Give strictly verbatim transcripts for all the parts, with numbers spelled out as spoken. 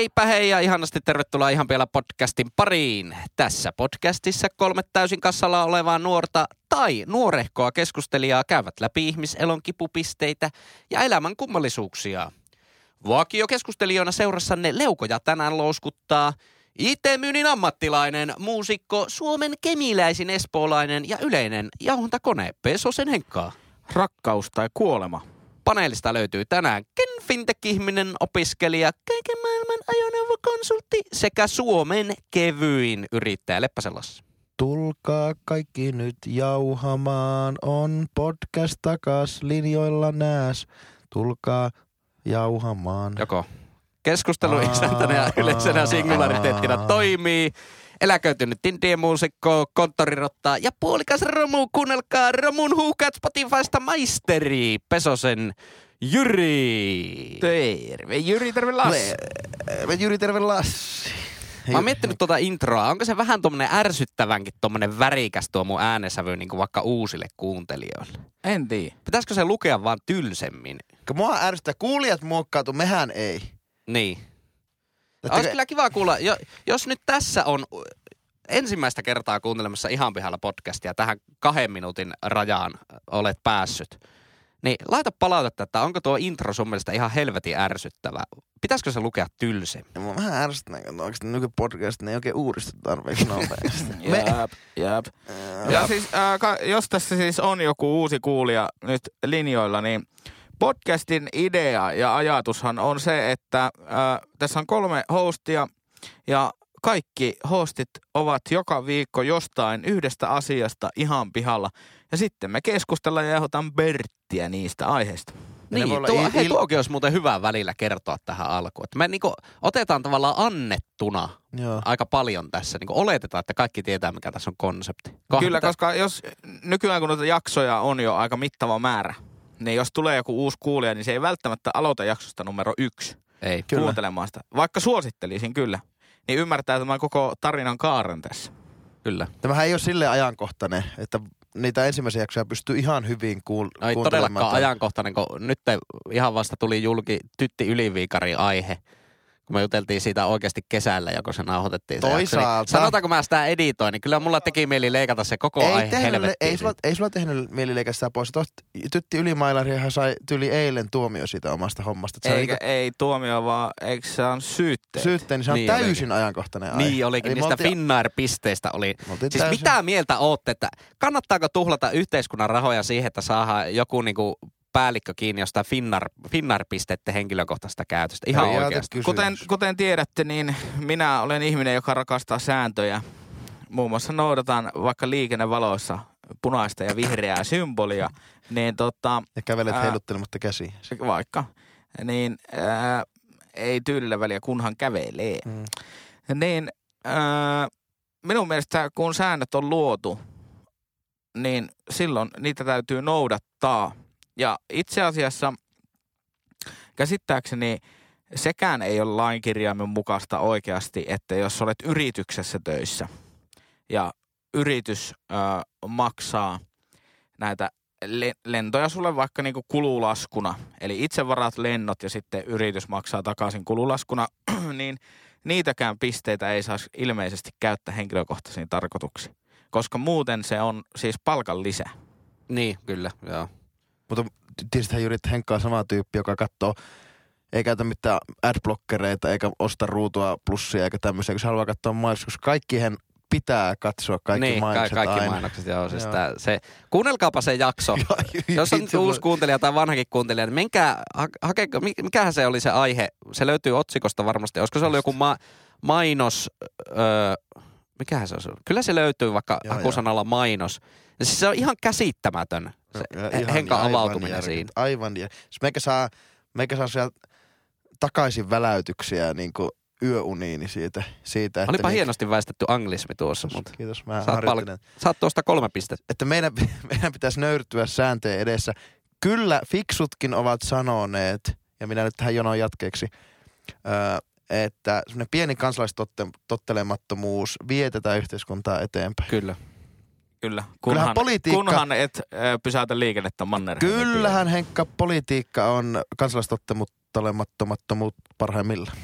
Heipä hei ja ihanasti tervetuloa Ihan vielä podcastin pariin. Tässä podcastissa kolme täysin kassalla olevaa nuorta tai nuorehkoa keskustelijaa käyvät läpi ihmiselon kipupisteitä ja elämän kummallisuuksia. Vakiokeskustelijoina seurassanne leukoja tänään louskuttaa I T-myynnin ammattilainen, muusikko, Suomen kemiläisin espoolainen ja yleinen jauhontakone Pesosen Henkka. Rakkaus tai kuolema. Paneelista löytyy tänään Ken Fintech-ihminen, opiskelija, kaiken maailman ajoneuvokonsultti sekä Suomen kevyin yrittäjä Leppäselossa. Tulkaa kaikki nyt jauhamaan, on podcast takas linjoilla nääs. Tulkaa jauhamaan. Joko keskustelu isäntänä ja yleisenä singulariteettina toimii. Eläköitynyt indie-muusikko, konttorirottaa ja puolikas romu. Kuunnelkaa Romun huukat Spotifysta maisteri Pesosen Jyri. Terve Jyri, terve Lassi. Terve Jyri, terve Lassi. Mä oon miettinyt tuota introa. Onko se vähän tommonen ärsyttävänkin tommonen värikäs tuo mun äänensävy niin kuin vaikka uusille kuuntelijoille? En tiedä. Pitäisikö se lukea vaan tylsemmin? Kun mua ärsyttää, kuulijat muokkautu, mehän ei. Niin. Että Olisi ke- kyllä kiva kuulla, jo, jos nyt tässä on ensimmäistä kertaa kuuntelemassa Ihan pihalla podcastia, tähän kahden minuutin rajaan olet päässyt, niin laita palautetta, että onko tuo intro sun mielestä ihan helvetin ärsyttävä. Pitäisikö se lukea tylsemmin? Ja mua vähän ärsyttää, kun oikeasti nykypodcast ne ei oikein uudistu tarpeeksi nopeasti. Me- Jääp, jääp. Ja siis, äh, ka- jos tässä siis on joku uusi kuulija nyt linjoilla, niin podcastin idea ja ajatushan on se, että äh, tässä on kolme hostia ja kaikki hostit ovat joka viikko jostain yhdestä asiasta ihan pihalla. Ja sitten me keskustellaan ja ehdotan Berttiä niistä aiheista. Niin, voi olla tuo, il- hei, il- tuokin olisi muuten hyvä välillä kertoa tähän alkuun. Että me niinku otetaan tavallaan annettuna Joo. aika paljon tässä. Niinku oletetaan, että kaikki tietää, mikä tässä on konsepti. Kahta- Kyllä, koska jos nykyään kun noita jaksoja on jo aika mittava määrä, niin jos tulee joku uusi kuulija, niin se ei välttämättä aloita jaksosta numero yksi Ei. Kyllä. kuuntelemaan sitä. Vaikka suosittelisin kyllä, niin ymmärtää tämän koko tarinan kaaren tässä. Kyllä. Tämähän ei ole silleen ajankohtainen, että niitä ensimmäisiä jaksoja pystyy ihan hyvin kuul- No ei kuuntelemaan. todellakaan ajankohtainen, kun nyt ihan vasta tuli julki Tytti Yliviikarin aihe. Kun me juteltiin siitä oikeasti kesällä, joko se nauhoitettiin. se jakso, niin Toisaalta. sanotaanko mä sitä editoin, niin kyllä mulla teki mieli leikata se koko Ei, aihe tehnyt, helvettiin. ei, sulla, ei sulla tehnyt mieli leikata sitä pois. Tuosta Tytti Ylimailarihan sai tyli eilen tuomio siitä omasta hommasta. Että se Eikä, niinku ei tuomio, vaan eikö se on syytteet? syytteen, niin se on Niin täysin olikin. ajankohtainen aihe. Niin olikin, Eli me niistä oltiin- Finnair-pisteistä oli. me oltiin Siis täysin- mitä mieltä ootte, että kannattaako tuhlata yhteiskunnan rahoja siihen, että saadaan joku niinku päällikkö kiinni jostain Finnair, Finnair-pisteiden henkilökohtaisesta käytöstä? Ihan Periaate- oikeasti. kysymys. Kuten, kuten tiedätte, niin minä olen ihminen, joka rakastaa sääntöjä. Muun muassa noudatan vaikka liikennevaloissa punaista ja vihreää symbolia, niin tota, Ja kävelet Ää. heiluttelematta käsiä. vaikka, niin ää, ei tyylillä väliä, kunhan kävelee. Mm. Niin ää, minun mielestä kun säännöt on luotu, niin silloin niitä täytyy noudattaa. Ja itse asiassa käsittääkseni sekään ei ole lainkirjaimen mukaista oikeasti, että jos olet yrityksessä töissä ja yritys ö, maksaa näitä le- lentoja sulle vaikka niinku kululaskuna, eli itse varaat lennot ja sitten yritys maksaa takaisin kululaskuna, niin niitäkään pisteitä ei saisi ilmeisesti käyttää henkilökohtaisiin tarkoituksiin, koska muuten se on siis palkan lisä. Niin, kyllä, joo. Mutta tiesitähän Jyri, että Henkka on sama tyyppi, joka katsoo, ei käytä mitään adblockereita, eikä osta ruutua plussia eikä tämmöisiä, kun se haluaa katsoa mainoksia, koska kaikkihan pitää katsoa kaikki niin, mainokset ka- kaikki aina. mainokset, joo. Siis Joo. tää, se, kuunnelkaapa se jakso. Jos on Itse uusi voi- kuuntelija tai vanhakin kuuntelija, niin menkää, ha- hakeeko, mi- mikähän se oli se aihe? Se löytyy otsikosta varmasti. Olisiko se ollut joku ma- mainos, öö, mikähän se on? Kyllä se löytyy vaikka Joo, hakusanalla mainos. Ja siis se on ihan käsittämätön, se Ja ihan- Henkan aivan avautuminen järkyt- siinä. Aivan. Ja siis meikä saa, meikä saa sieltä takaisin väläytyksiä niin kuin yöuniini siitä. siitä että Olipa niin, hienosti väistetty anglismi tuossa, mutta Kiitos, mä saat, harjoittelen. pal- saat tuosta kolme pistettä. Että meidän, meidän pitäisi nöyrtyä sääntöjen edessä. Kyllä fiksutkin ovat sanoneet, ja minä nyt tähän jonon jatkeeksi, öö, että semmoinen pieni kansalaistottelemattomuus vie tätä yhteiskuntaa eteenpäin. Kyllä. Kyllä, Kyllähän kunhan, politiikka- kunhan et ö, pysäytä liikennettä Mannerheimin Kyllähän Henkka, politiikka on kansalaistottelemattomuutta tottelemattomattomuut parhaimmillaan.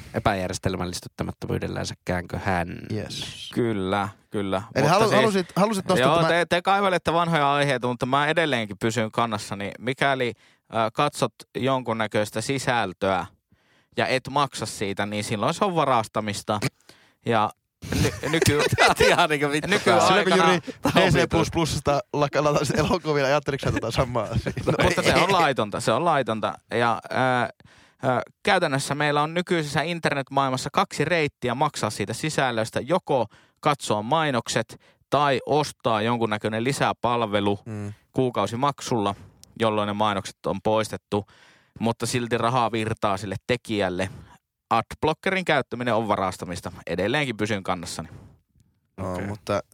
Epäjärjestelmällistyttämättömyydelläänsäkäänkö hän? Yes. Kyllä, kyllä. Eli halu, siis, halusit, halusit nostaa joo, tämän... te, te kaivelette vanhoja aiheita, mutta mä edelleenkin pysyn kannassani. Mikäli äh, katsot jonkunnäköistä sisältöä ja et maksa siitä, niin silloin se on varastamista. Ja ny, nyky... Ihan niin kuin nykyaikana... Sillä kun Jyri D C plus plusista lataa elokuvilla, ajatteliko sä tätä samaa asiaa? No, mutta se on laitonta, se on laitonta. Ja ää, ää, käytännössä meillä on nykyisessä internetmaailmassa kaksi reittiä maksaa siitä sisällöstä. Joko katsoa mainokset tai ostaa jonkunnäköinen lisäpalvelu mm. kuukausimaksulla, jolloin ne mainokset on poistettu. Mutta silti rahaa virtaa sille tekijälle. Adblockerin käyttäminen on varastamista. Edelleenkin pysyn kannassani. No, okay. mutta...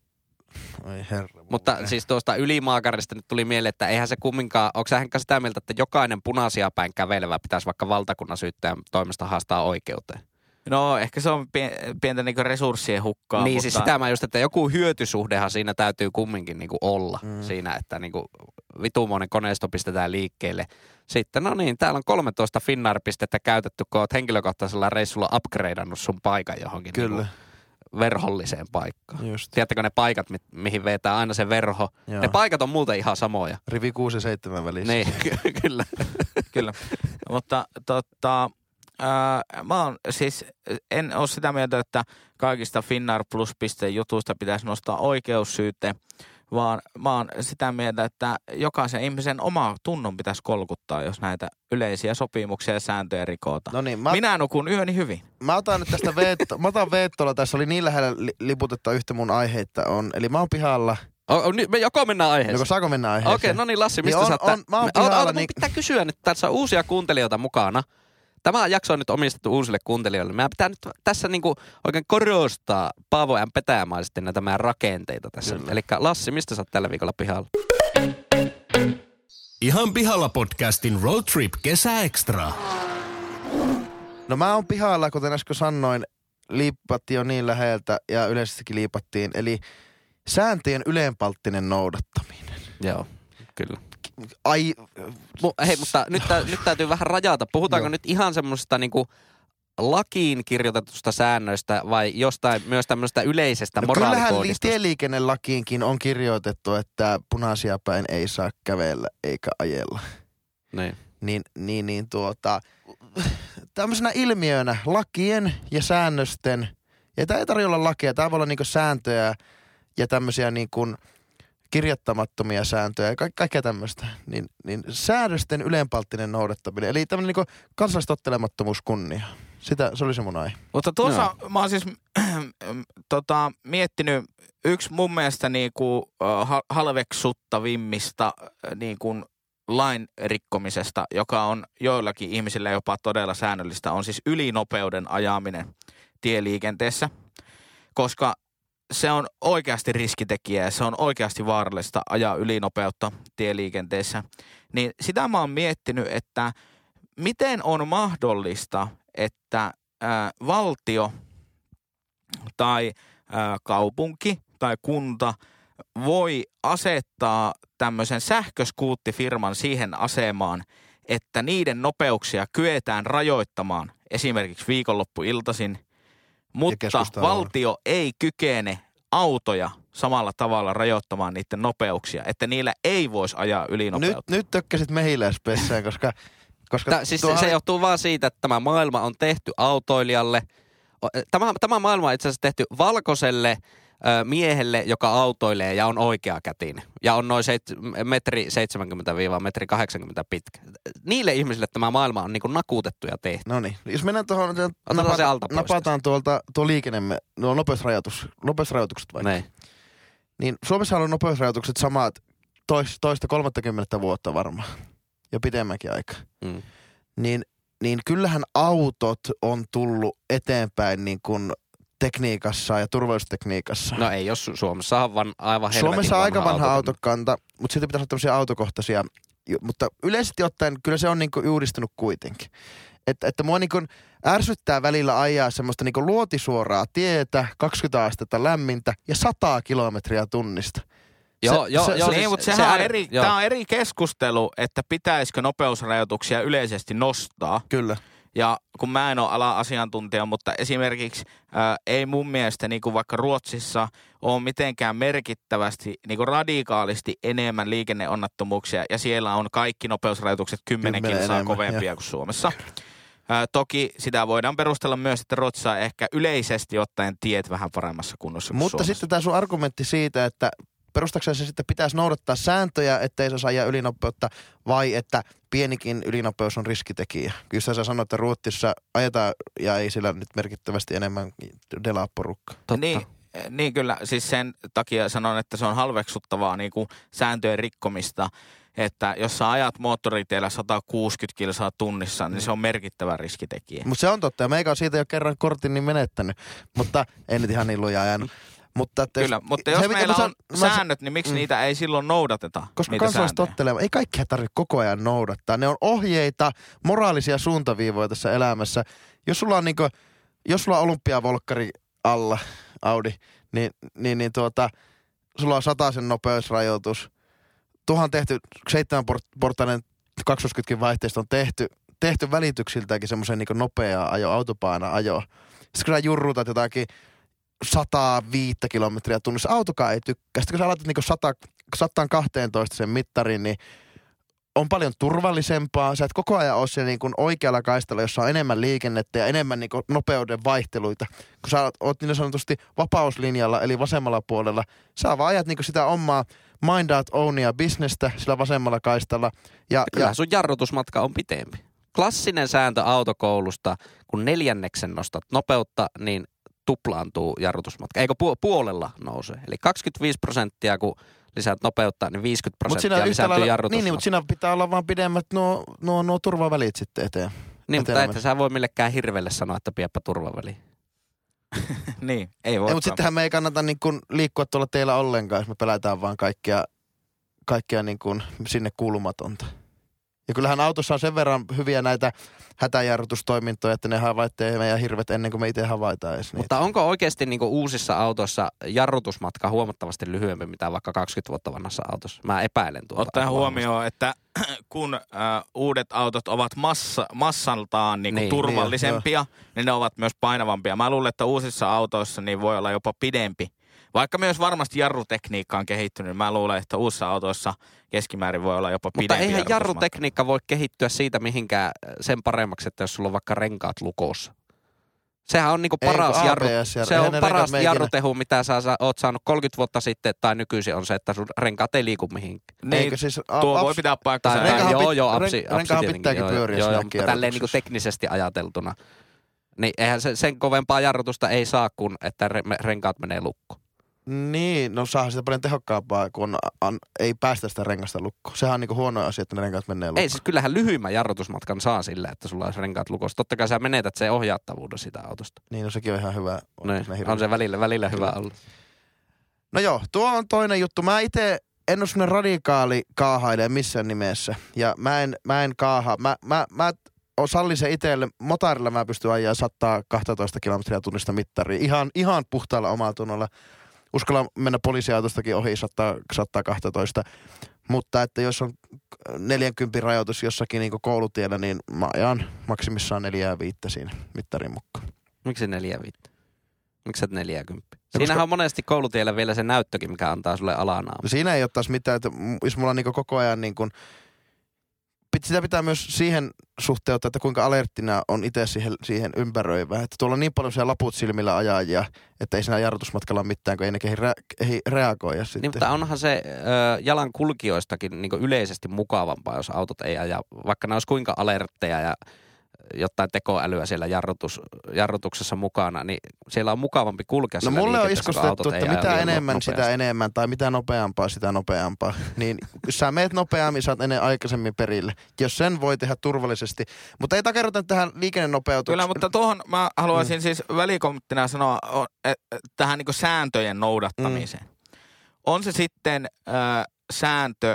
Oi herra. Mutta mulle. Siis tuosta ylimaakarista nyt tuli mieleen, että eihän se kumminkaan, onko sä Henkka sitä mieltä, että jokainen punaisia päin kävelevä pitäisi vaikka valtakunnan syyttäjän toimesta haastaa oikeuteen? No ehkä se on pientä niinku resurssien hukkaa. Niin mutta... siis sitä mä just, että joku hyötysuhdehan siinä täytyy kumminkin niinku olla mm. siinä, että niinku vitumoinen koneisto pistetään liikkeelle. Sitten no niin, täällä on kolmetoista Finnair-pistettä käytetty, kun oot henkilökohtaisella reissulla upgradeannut sun paikan johonkin. Kyllä. Niinku verholliseen paikkaan. Just. Tiedättekö ne paikat, mi- mihin vetää aina se verho? Joo. Ne paikat on muuten ihan samoja. Rivi kuusi ja seitsemän välissä. Niin, kyllä. Kyllä. Mutta tota, ää, mä oon siis, en ole sitä mieltä, että kaikista Finnair Plus-pisteen jutuista pitäisi nostaa oikeussyyte, vaan mä oon sitä mieltä, että jokaisen ihmisen oma tunnon pitäisi kolkuttaa, jos näitä yleisiä sopimuksia ja sääntöjä rikotaan. No niin, mä... Minä nukun yöni hyvin. Mä otan nyt tästä veetto, mä otan veettolla, tässä oli niin lähellä li- liputetta yhtä mun aiheita on. Eli mä oon pihalla. O, o, me joko mennään aiheeseen? Joko saako mennä aiheeseen? Okei, okay, no niin Lassi, mistä niin sä on, on, mä oon pihalla. Ota, niin... pitää kysyä nyt, tässä on uusia kuuntelijoita mukana. Tämä jakso on nyt omistettu uusille kuuntelijoille. Meidän pitää nyt tässä niinku oikein korostaa Paavo M. Petäjämaisesti näitä meidän rakenteita tässä. Eli Lassi, mistä sä oot tällä viikolla pihalla? Ihan pihalla podcastin Road Trip Kesäextra. No mä oon pihalla, kuten äsken sanoin, liippattiin jo niin läheltä ja yleisestikin liipattiin. Eli sääntöjen ylenpalttinen noudattaminen. Joo, kyllä. Ai... Mu, hei, mutta nyt, tä, nyt täytyy vähän rajata. Puhutaanko Joo. nyt ihan semmoisesta niinku lakiin kirjoitetusta säännöistä vai jostain myös tämmöistä yleisestä no, moraalikoodista? Kyllähän tieliikennelakiinkin on kirjoitettu, että punaisia päin ei saa kävellä eikä ajella. Niin. Niin, niin, niin tuota, tämmöisenä ilmiönä lakien ja säännösten, ja tämä ei tarvitse olla lakia, tämä voi olla niinku sääntöjä ja tämmöisiä niinku kirjoittamattomia sääntöjä ja ka- kaikkea tämmöistä, niin, niin säädösten ylenpalttinen noudattaminen, eli tämmöinen niinku kansallistottelemattomuus kunnia. Sitä, se oli se mun aihe. Mutta tuossa no. mä oon siis tota, miettinyt yksi mun mielestä niinku, uh, halveksuttavimmista uh, niinku, lain rikkomisesta, joka on joillakin ihmisillä jopa todella säännöllistä, on siis ylinopeuden ajaminen tieliikenteessä, koska se on oikeasti riskitekijä ja se on oikeasti vaarallista ajaa ylinopeutta tieliikenteessä. Niin sitä mä oon miettinyt, että miten on mahdollista, että ää, valtio tai ää, kaupunki tai kunta voi asettaa tämmöisen sähköskuuttifirman siihen asemaan, että niiden nopeuksia kyetään rajoittamaan esimerkiksi viikonloppuiltaisin, mutta valtio ei kykene autoja samalla tavalla rajoittamaan niiden nopeuksia, että niillä ei voisi ajaa ylinopeutta. Nyt, nyt tökkäsit mehiläispessään, koska... koska Tää, siis tuohan... se johtuu vaan siitä, että tämä maailma on tehty autoilijalle. Tämä, tämä maailma on itse asiassa tehty valkoiselle ö, miehelle, joka autoilee ja on oikeakätinen. Ja on noin seit, metri seitsemänkymmentä metri kahdeksankymmentä pitkä. Niille ihmisille tämä maailma on niin kuin nakuutettu ja tehty. No niin. Jos mennään tuohon, napata, napataan tuolta tuo liikenne, no nopeusrajoitus, nopeusrajoitukset vaikka. Nein. Niin Suomessa on nopeusrajoitukset samat tois, toista kolmattakymmentä vuotta varmaan. Jo pitemmänkin aika. Mm. Niin, niin kyllähän autot on tullut eteenpäin niin kuin tekniikassa ja turvallisuustekniikassa. No ei, jos Suomessa on van, aivan helvetin Suomessa on aika vanha auto. autokanta, mutta siitä pitäisi olla tämmöisiä autokohtaisia. Mutta yleisesti ottaen kyllä se on niin kuin uudistunut kuitenkin. Että, että mua niin kuin ärsyttää välillä ajaa semmoista niin kuin luotisuoraa tietä, kaksikymmentä astetta lämmintä ja sata kilometriä tunnista. Joo, se, joo, se, joo. Niin, siis, mutta se, sehän se, on eri, tämä on eri keskustelu, että pitäisikö nopeusrajoituksia yleisesti nostaa. Kyllä. Ja kun mä en ole ala-asiantuntija, mutta esimerkiksi ää, ei mun mielestä niin kuin vaikka Ruotsissa ole mitenkään merkittävästi, niin kuin radikaalisti enemmän liikenneonnettomuuksia ja siellä on kaikki nopeusrajoitukset kymmenen kilsaa enemmän, kovempia jo. Kuin Suomessa. Ää, toki sitä voidaan perustella myös, että Ruotsissa on ehkä yleisesti ottaen tiet vähän paremmassa kunnossa kuin Mutta Suomessa. sitten tämä sun argumentti siitä, että perustakseen se sitten pitäisi noudattaa sääntöjä, ettei se saa ajaa ylinopeutta, vai että pienikin ylinopeus on riskitekijä. Kyllä sä sanoit, että Ruotsissa ajetaan ja ei sillä nyt merkittävästi enemmän delaa-porukka. Niin, niin kyllä, siis sen takia sanon, että se on halveksuttavaa niin kuin sääntöjen rikkomista, että jos sä ajat moottoriteillä sata kuusikymmentä kilsaa tunnissa, niin se on merkittävä riskitekijä. Mutta se on totta, ja meikä on siitä jo kerran kortin niin menettänyt, mutta en nyt ihan niin lujaa ajanut. Mutta että Kyllä, jos, mutta jos se, meillä mä, on mä, säännöt, niin miksi mm. niitä ei silloin noudateta? Koska niitä kansalaiset sääntöjä? tottelevat. Ei kaikkea tarvitse koko ajan noudattaa. Ne on ohjeita, moraalisia suuntaviivoja tässä elämässä. Jos sulla on, niinku, jos sulla on olympiavolkkari alla, Audi, niin, niin, niin tuota, sulla on sataisen nopeusrajoitus. Tuohan tehty, seitsemänportainen kaksikymmentä vaihteista on tehty, tehty välityksiltäänkin semmoisen niinku nopeaa ajo, autopaana ajo. Sitten kun sä jurrutat jotakin sata viisi kilometriä tunnissa, autokaan ei tykkää. Sitten kun sä laitat niinku sata kaksitoista sen mittarin, niin on paljon turvallisempaa. Sä et koko ajan ole siellä niinku oikealla kaistalla, jossa on enemmän liikennettä ja enemmän niinku nopeuden vaihteluita. Kun sä oot niin sanotusti vapauslinjalla, eli vasemmalla puolella, sä vaan ajat niinku sitä omaa mind out ownia bisnestä sillä vasemmalla kaistalla. Ja, Kyllä ja sun jarrutusmatka on pitempi. Klassinen sääntö autokoulusta, kun neljänneksen nostat nopeutta, niin tuplaantuu jarrutusmatka. Eikö puolella nousee? Eli kaksikymmentäviisi prosenttia, kun lisäät nopeutta, niin viisikymmentä prosenttia lisääntyy jarrutusmatka. Niin, niin, mutta siinä pitää olla vaan pidemmät nuo, nuo, nuo turvavälit sitten eteen. Niin, mutta että sä voi millekään hirvelle sanoa, että piepä turvaväliin. Niin, ei voi. Ei, mutta sittenhän me ei kannata niin kuin liikkua tuolla teillä ollenkaan, jos me pelätään vaan kaikkea, kaikkea niin kuin sinne kuulumatonta. Ja kyllähän autossa on sen verran hyviä näitä hätäjarrutustoimintoja, että ne havaitsee meidän hirvet ennen kuin me itse havaitaan edes niitä. Mutta onko oikeasti niin kuin uusissa autoissa jarrutusmatka huomattavasti lyhyempi, mitä vaikka kaksikymmentä vuotta vanhassa autossa? Mä epäilen tuota. Ottaen huomioon, että kun äh, uudet autot ovat massa, massaltaan niin kuin Niin, turvallisempia, niin, niin ne ovat myös painavampia. Mä luulen, että uusissa autoissa niin voi olla jopa pidempi. Vaikka myös varmasti jarrutekniikka on kehittynyt, mä luulen, että uusissa autoissa keskimäärin voi olla jopa pidempi. Mutta eihän jarrutekniikka voi kehittyä siitä mihinkään sen paremmaksi, että jos sulla on vaikka renkaat lukossa. Sehän on niinku paras, Ei, jarru, se on paras jarrutehu, mitä sä oot saanut kolmekymmentä vuotta sitten tai nykyisin on se, että sun renkaat ei liiku mihinkään. Niin, eikö siis a, tuo aps, voi pitää paikkansa. Tai, joo, joo, apsi, ren, apsi tietenkin. pitääkin joo, pyöriä joo, joo, mutta tälleen niinku teknisesti ajateltuna. Niin eihän se, sen kovempaa jarrutusta ei saa, kun että re, renkaat menee lukkoon. Niin, no saahan sitä paljon tehokkaampaa, kun an, ei päästä sitä rengasta lukkoon. Sehän on niinku huono asia, että ne renkaat menee lukkoon. Ei, siis kyllähän lyhyimmän jarrutusmatkan saa sillä, että sulla olisi renkaat lukossa. Totta kai sä menetät sen ohjaattavuuden sitä autosta. Niin, no sekin on ihan hyvä. Niin, on se välillä, välillä hyvä olla. No joo, tuo on toinen juttu. Mä itse en ole semmoinen radikaali kaahailija missään nimessä. Ja mä en, mä en kaahaa. Mä, mä, mä sallin se itselle. Motarilla mä pystyn ajaa sata kaksitoista kilometriä tunnista mittariin. Ihan, ihan puhtaalla omalla tunnolla. Uskalla mennä poliisiautostakin ohi sata kaksitoista, mutta että jos on neljäkymmentä rajoitus jossakin niin koulutiellä, niin mä ajan maksimissaan neljää viittä siinä mittarin mukaan. Miksi neljää viittä? Miksi et neljäkymmentä? Siinähän koska on monesti koulutiellä vielä se näyttökin, mikä antaa sulle alanaama. No siinä ei ole taas mitään, että jos mulla on niin koko ajan niin kuin, sitä pitää myös siihen suhteuttaa, että kuinka alerttina on itse siihen, siihen ympäröivään. Että tuolla on niin paljon siellä laput silmillä ajajia, että ei siinä jarrutusmatkalla ole mitään, kun ei ne kehi, rea- kehi reagoida sitten. Niin, mutta onhan se ö, jalankulkijoistakin niin yleisesti mukavampaa, jos autot ei aja, vaikka ne olisi kuinka alertteja ja jotain tekoälyä siellä jarrutus, jarrutuksessa mukana, niin siellä on mukavampi kulkea. No mulle on iskostettu, että mitä enemmän nopeasti. Sitä enemmän, tai mitä nopeampaa sitä nopeampaa. Niin jos sä meet nopeammin, sä oot ennen aikaisemmin perille. Jos sen voi tehdä turvallisesti. Mutta ei takerrota tähän liikennenopeutukseen. Kyllä, mutta tuohon mä haluaisin mm. siis välikommenttina sanoa tähän niinku sääntöjen noudattamiseen. Mm. On se sitten äh, sääntö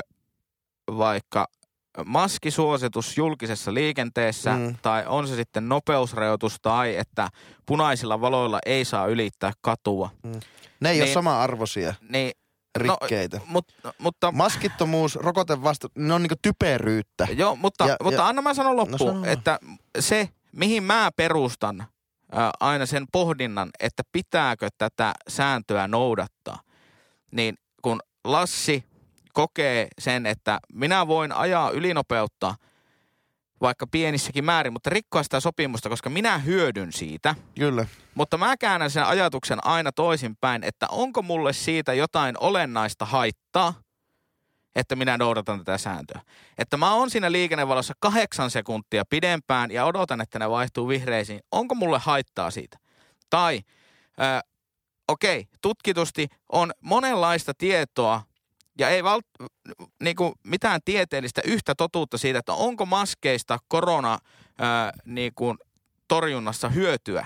vaikka maskisuositus julkisessa liikenteessä, mm. tai on se sitten nopeusrajoitus, tai että punaisilla valoilla ei saa ylittää katua. Mm. Ne ei niin, ole sama-arvoisia niin, rikkeitä. No, mut, mutta, maskittomuus, rokotevastu, ne on niinku typeryyttä. Joo, mutta, ja, mutta ja, anna mä sanon loppuun, no, että se, mihin mä perustan ää, aina sen pohdinnan, että pitääkö tätä sääntöä noudattaa, niin kun Lassi kokee sen, että minä voin ajaa ylinopeutta vaikka pienissäkin määrin, mutta rikkoa sitä sopimusta, koska minä hyödyn siitä. Kyllä. Mutta mä käännän sen ajatuksen aina toisinpäin, että onko mulle siitä jotain olennaista haittaa, että minä noudatan tätä sääntöä. Että mä oon siinä liikennevalossa kahdeksan sekuntia pidempään ja odotan, että ne vaihtuu vihreisiin. Onko mulle haittaa siitä? Tai, äh, okei, okay, tutkitusti on monenlaista tietoa ja ei val, niinku, mitään tieteellistä yhtä totuutta siitä, että onko maskeista korona ää, niinku, torjunnassa hyötyä.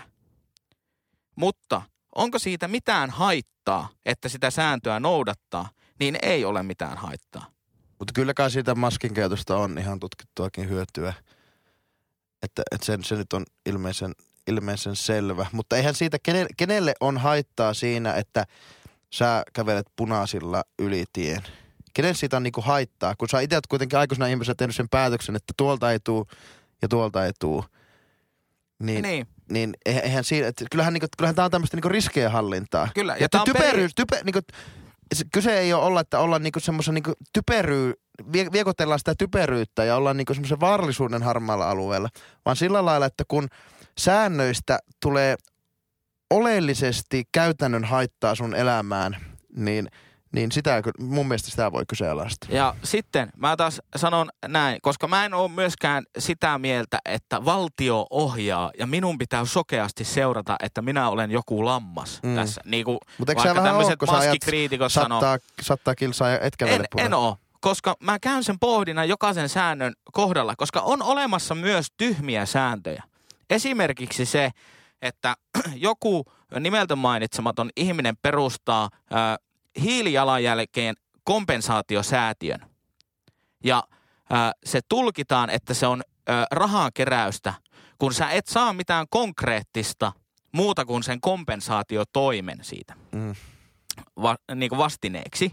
Mutta onko siitä mitään haittaa, että sitä sääntöä noudattaa, niin ei ole mitään haittaa. Mutta kylläkään siitä maskin käytöstä on ihan tutkittuakin hyötyä. Että, että sen, se nyt on ilmeisen, ilmeisen selvä. Mutta eihän siitä, kenelle, kenelle on haittaa siinä, että sä kävelet punaisilla yli tien. Kenen siitä on niinku haittaa? Kun sä itse oot kuitenkin aikuisena ihmisenä tehnyt sen päätöksen, että tuolta ei tuu ja tuolta ei tuu. Niin, niin. niin eihän siinä, että kyllähän, niinku, kyllähän tää on tämmöistä niinku riskejä hallintaa. Kyllä. Ja, ja tää on typeryys, peri... type, niinku, kyse ei ole olla, että ollaan niinku semmoisen niinku typeryy, vie, viekotellaan sitä typeryyttä ja ollaan niinku semmoisen vaarallisuuden harmaalla alueella. Vaan sillä lailla, että kun säännöistä tulee oleellisesti käytännön haittaa sun elämään, niin, niin sitä, mun mielestä sitä voi kyseenalaistaa. Ja sitten mä taas sanon näin, koska mä en ole myöskään sitä mieltä, että valtio ohjaa ja minun pitää sokeasti seurata, että minä olen joku lammas mm. tässä. Niin kuin vaikka tämmöiset maskikriitikot sanoo. Sattaa, sattaa kilsaa ja etkä en, en ole, koska mä käyn sen pohdinnan jokaisen säännön kohdalla, koska on olemassa myös tyhmiä sääntöjä. Esimerkiksi se, että joku nimeltä mainitsematon ihminen perustaa ää, hiilijalanjälkeen kompensaatiosäätiön. Ja ää, se tulkitaan, että se on ää, rahankeräystä, kun sä et saa mitään konkreettista muuta kuin sen kompensaatiotoimen siitä mm. Va, niin kuin vastineeksi.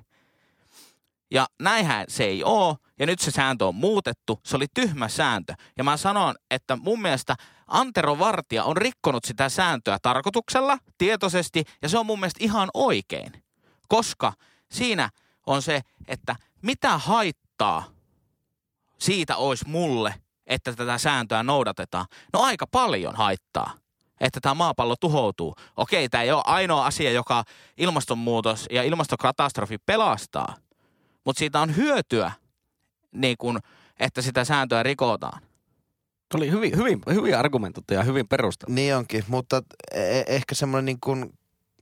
Ja näinhän se ei ole, ja nyt se sääntö on muutettu. Se oli tyhmä sääntö. Ja mä sanon, että mun mielestä Antero Vartija on rikkonut sitä sääntöä tarkoituksella, tietoisesti, ja se on mun mielestä ihan oikein. Koska siinä on se, että mitä haittaa siitä olisi mulle, että tätä sääntöä noudatetaan. No aika paljon haittaa, että tämä maapallo tuhoutuu. Okei, tämä ei ole ainoa asia, joka ilmastonmuutos ja ilmastokatastrofi pelastaa. Mutta siitä on hyötyä, niin kun, että sitä sääntöä rikotaan. Oli hyvin, hyvin, hyvin argumentoitu ja hyvin perusteltu. Niin onkin, mutta e- ehkä semmoinen niin kuin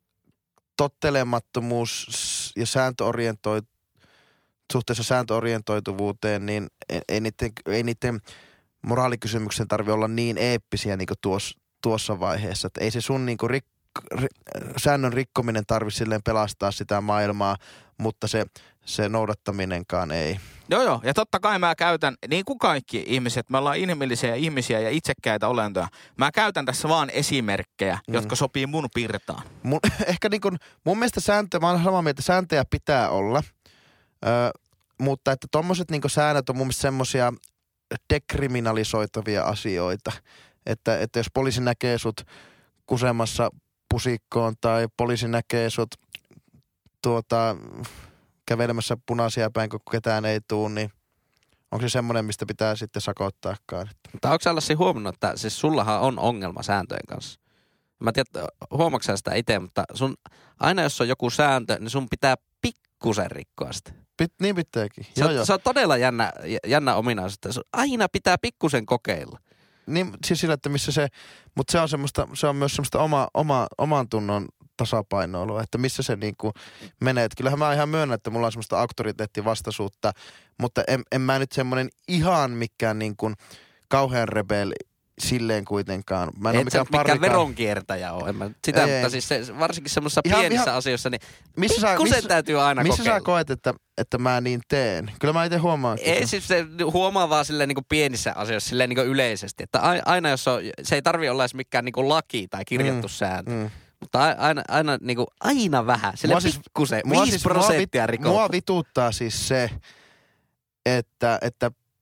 tottelemattomuus ja sääntöorientoit, suhteessa sääntöorientoituvuuteen, niin ei, ei, niiden, ei niiden moraalikysymyksen tarvitse olla niin eeppisiä niin kuin tuossa, tuossa vaiheessa. Että ei se sun niin kuin rik, ri, säännön rikkominen tarvitse silleen pelastaa sitä maailmaa, mutta se, se noudattaminenkaan ei. Joo joo, ja totta kai mä käytän, niin kuin kaikki ihmiset, me ollaan inhimillisiä ihmisiä ja itsekkäitä olentoja. Mä käytän tässä vaan esimerkkejä, mm. jotka sopii mun pirtaan. Mun, ehkä niin kuin, mun mielestä sääntöjä, mä olen samaa mieltä, sääntöjä pitää olla, ö, mutta että tommoset niin kuin säännöt on mun mielestä semmosia dekriminalisoitavia asioita, että, että jos poliisi näkee sut kusemassa pusikkoon tai poliisi näkee sut tuota, kävelemässä punaisia päin, kun ketään ei tuu, niin onko se semmoinen, mistä pitää sitten sakottaakaan? Mutta onko sä Lassi huomannut, että siis sullahan on ongelma sääntöjen kanssa? Mä tiedän, huomaatko sä sitä itse, mutta sun, aina jos on joku sääntö, niin sun pitää pikkusen rikkoa sitä. Pit, niin pitääkin. Se, on, se on todella jännä, jännä ominaisuus. Aina pitää pikkusen kokeilla. Niin siis sillä, että missä se, mutta se on semmoista, se on myös semmoista oma, oma, oman tunnon tasapainoilua, että missä se niinku menee. Että kyllähän mä ihan myönnän, että mulla on semmoista auktoriteettivastaisuutta, mutta en, en mä nyt semmoinen ihan mikään niinku kauhean rebeli silleen kuitenkaan. Mä en et ole mikään mikään parikaan veronkiertäjä ole. En mä sitä, ei, mutta ei. Siis se, varsinkin semmoisissa ihan, pienissä ihan, asioissa, niin missä pikkusen missä, täytyy aina missä kokeilla. Missä sä koet, että, että mä niin teen? Kyllä mä itse huomaan. Ei siis se huomaa vaan silleen niin kuin pienissä asioissa silleen niin kuin yleisesti. Että aina jos on, se ei tarvitse olla edes mikään niin kuin laki tai kirjattu mm, sääntö. Mm. Mutta aina, aina, niin kuin, aina vähän, sille siis, pikkusen, viisi siis, prosenttia rikotaan. Mua vituttaa siis se, että, että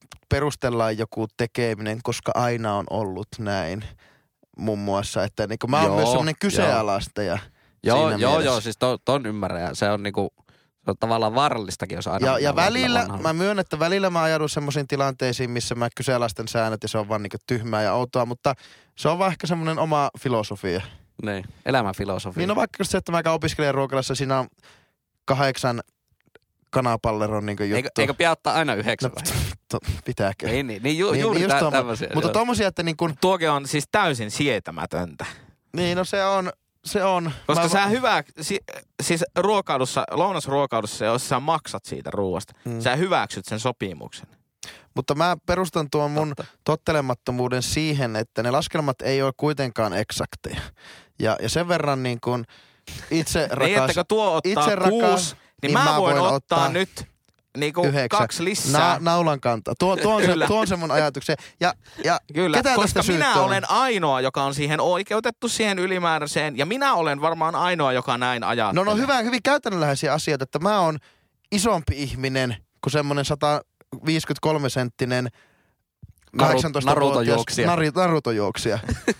perustellaan joku tekeminen, koska aina on ollut näin muun muassa. Että niin kuin mä oon Joo, myös semmoinen kyseenalaistaja. Joo, siinä joo, mielessä. joo, siis ton, ton ymmärrän. Ja se on niinku, se on tavallaan vaarallistakin, jos aina... Ja, ja välillä, vanhalla. mä myönnän, että välillä mä ajaudun semmoisiin tilanteisiin, missä mä kyseenalaistan säännöt ja se on vaan niinku tyhmää ja outoa, mutta se on vaan ehkä semmoinen oma filosofia. Niin, elämän filosofia. Niin on vaikka se, että mä käyn opiskelijan ruokalassa, siinä on kahdeksan kanapalleron niinku juttu. Eikö, eikö pidä ottaa aina yhdeksän? No, to, pitääkö? Ei niin, niin, ju, Niin, juuri niin tä, just tommo- tämmöisiä. Mutta joo. tommosia, että niin kun, Tuokin on siis täysin sietämätöntä. niin no se on, se on. Koska mä, sä hyvä, si, siis ruokailussa, lounasruokailussa, jos sä maksat siitä ruoasta, Mm. mm. sä hyväksyt sen sopimuksen. Mutta mä perustan tuon mun Totta. tottelemattomuuden siihen, että ne laskelmat ei ole kuitenkaan eksakteja. Ja, ja sen verran niin kun itse Niin, rakas, että kun tuo ottaa itse rakas, kuusi, niin, niin mä, mä voin, voin ottaa, ottaa nyt niinku yhdeksän. kaksi lisää. Na, naulan kantaa. Tuo, tuo, on se, Kyllä. tuo on se mun ajatuksen. Ja, ja Kyllä, ketä koska tästä minä syyttää on? olen ainoa, joka on siihen oikeutettu siihen ylimääräiseen, ja minä olen varmaan ainoa, joka näin ajattelee. No no hyvä, hyvin käytännönläheisiä asioita, että mä oon isompi ihminen kuin semmonen sata viisikymmentäkolme senttinen Naruto-juoksija. Nari, Naruto-juoksija.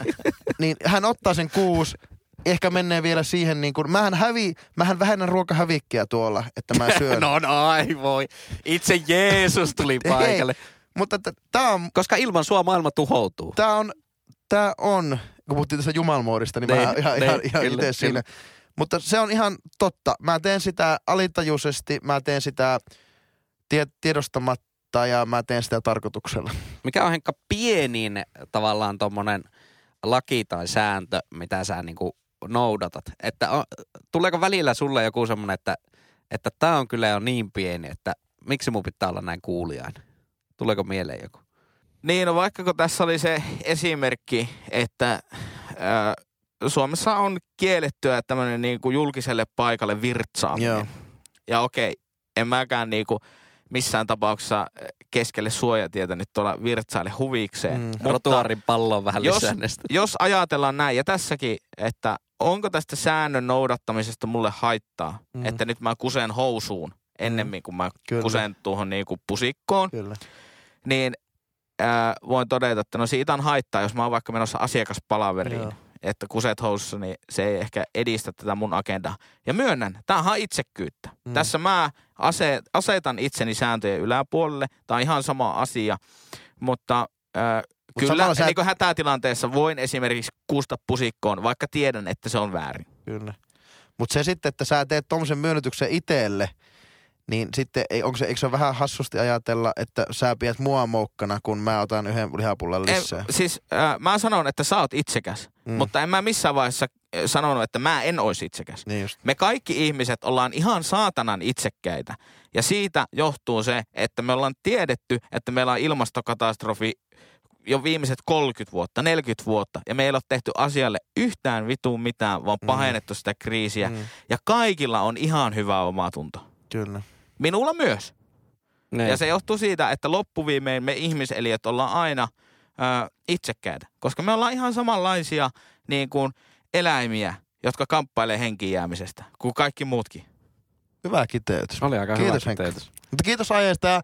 Niin hän ottaa sen kuusi, ehkä menee vielä siihen niin kuin, mähän hävi, mähän vähennän ruokahävikkiä tuolla, että mä syön. No, no, ai voi. Itse Jeesus tuli paikalle. Mutta t- tää on, Koska ilman sua maailma tuhoutuu. tää on, tää on, kun puhuttiin tästä jumalmoodista, niin Niin, mä ihan, niin, ihan, ihan kyllä, itse siinä. Mutta se on ihan totta. Mä teen sitä alitajuisesti, mä teen sitä tie, tiedostamatta ja mä teen sitä tarkoituksella. Mikä on Henkka pienin tavallaan tommonen laki tai sääntö, mitä sä niinku noudatat? Että on, tuleeko välillä sulle joku semmonen, että että tää on kyllä jo niin pieni, että miksi mun pitää olla näin kuuliainen? Tuleeko mieleen joku? Niin, no vaikka kun tässä oli se esimerkki, että ää, Suomessa on kiellettyä tämmöinen niinku julkiselle paikalle virtsaaminen. Joo. Ja okei, en mäkään niinku missään tapauksessa keskelle suojatietä nyt tuolla virtsaille huvikseen. Mm. Mutta Trotuaarin pallo on vähän jos, lisää näistä. jos ajatellaan näin, ja tässäkin, että onko tästä säännön noudattamisesta mulle haittaa, Mm. mm. että nyt mä kusen housuun ennemmin kuin mä Kyllä. kusen tuohon niinku pusikkoon, Kyllä. niin ää, voin todeta, että no siitä on haittaa, jos mä oon vaikka menossa asiakaspalaveriin, Joo. että kuset housussa, niin se ei ehkä edistä tätä mun agendaa. Ja myönnän, tämähän on itsekkyyttä. Mm. Mm. Tässä mä ase, asetan itseni sääntöjen yläpuolelle. Tämä on ihan sama asia, mutta ää, Mut kyllä samalla sä et- niin kuin hätätilanteessa voin esimerkiksi kuusta pusikkoon, vaikka tiedän, että se on väärin. Kyllä. Mutta se sitten, että sä teet tommosen myönnytyksen itselle, niin sitten ei, onko se, eikö se ole vähän hassusti ajatella, että sä pidät mua moukkana, kun mä otan yhden lihapullan lisää? En, siis äh, mä sanon, että sä oot itsekäs, Mm. mm. mutta en mä missään vaiheessa äh, sanonut, että mä en olisi itsekäs. Niin just. Me kaikki ihmiset ollaan ihan saatanan itsekkäitä. Ja siitä johtuu se, että me ollaan tiedetty, että meillä on ilmastokatastrofi jo viimeiset kolmekymmentä vuotta, neljäkymmentä vuotta. Ja me ei ole tehty asialle yhtään vituun mitään, vaan Mm. pahennettu sitä kriisiä. Mm. Ja kaikilla on ihan hyvä omatunto. Kyllä. Minulla myös. Niin. Ja se johtuu siitä, että loppuviimein me ihmiseliöt ollaan aina ö, itsekkäitä. Koska me ollaan ihan samanlaisia niin kuin eläimiä, jotka kamppailee henkiin jäämisestä, kuin kaikki muutkin. Hyvä kiteytys. Oli aika Kiitos, hyvä Henkka. kiteytys. Mutta kiitos aiheesta. ja-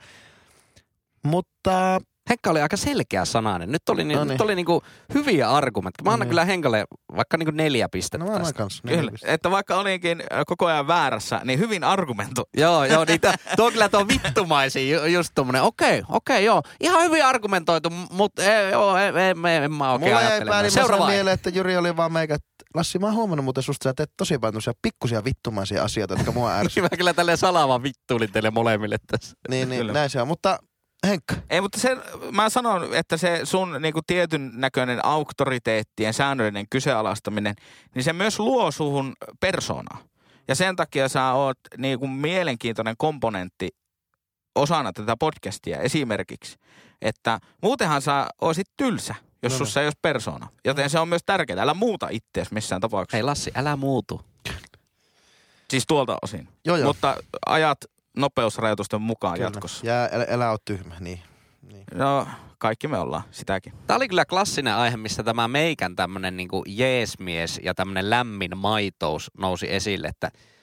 Mutta Henkka oli aika selkeä sanainen. Nyt oli, No no niin. nyt oli niinku hyviä argumentteja. Mä annan Niin. kyllä Henkalle vaikka niinku neljä pistettä no mä annan tästä. kanssa. Kyllä, että vaikka olinkin ö, koko ajan väärässä, niin hyvin argumentu. Joo, joo, niitä, tuo on kyllä tuo vittumaisia, ju- just tommonen, okei, okei, joo, ihan hyvin argumentoitu, mutta joo, en, en, en, en mä oikein Mulla jäi ajattele. päällimmäisenä Seuraava aihe. mieleen, että Jyri oli vaan meikä, että Lassi, mä oon huomannut muuten susta, sä teet tosi paljon tämmöisiä pikkusia vittumaisia asioita, jotka mua ärsyttää. Mä kyllä tälleen salaavan vittuulin teille molemmille tässä. niin, niin Kyllä. näin se on. Mutta Henkka, Ei, mutta se, mä sanon, että se sun niinku tietyn näköinen auktoriteettien säännöllinen kyseenalaistaminen, niin se myös luo suhun persoonaa. Ja sen takia sä oot niinku mielenkiintoinen komponentti osana tätä podcastia esimerkiksi. Että muutenhan sä oisit tylsä, jos No no, sussa ei olisi persoona. Joten se on myös tärkeää. Älä muuta itseäsi missään tapauksessa. Hei Lassi, älä muutu. Siis tuolta osin. joo joo. Mutta ajat nopeusrajoitusten mukaan Kyllä. jatkossa. Ja älä, älä oo tyhmä, niin. niin. No, kaikki me ollaan sitäkin. Tämä oli kyllä klassinen aihe, missä tämä meikän tämmönen niinku jeesmies ja tämmönen lämmin maitous nousi esille, että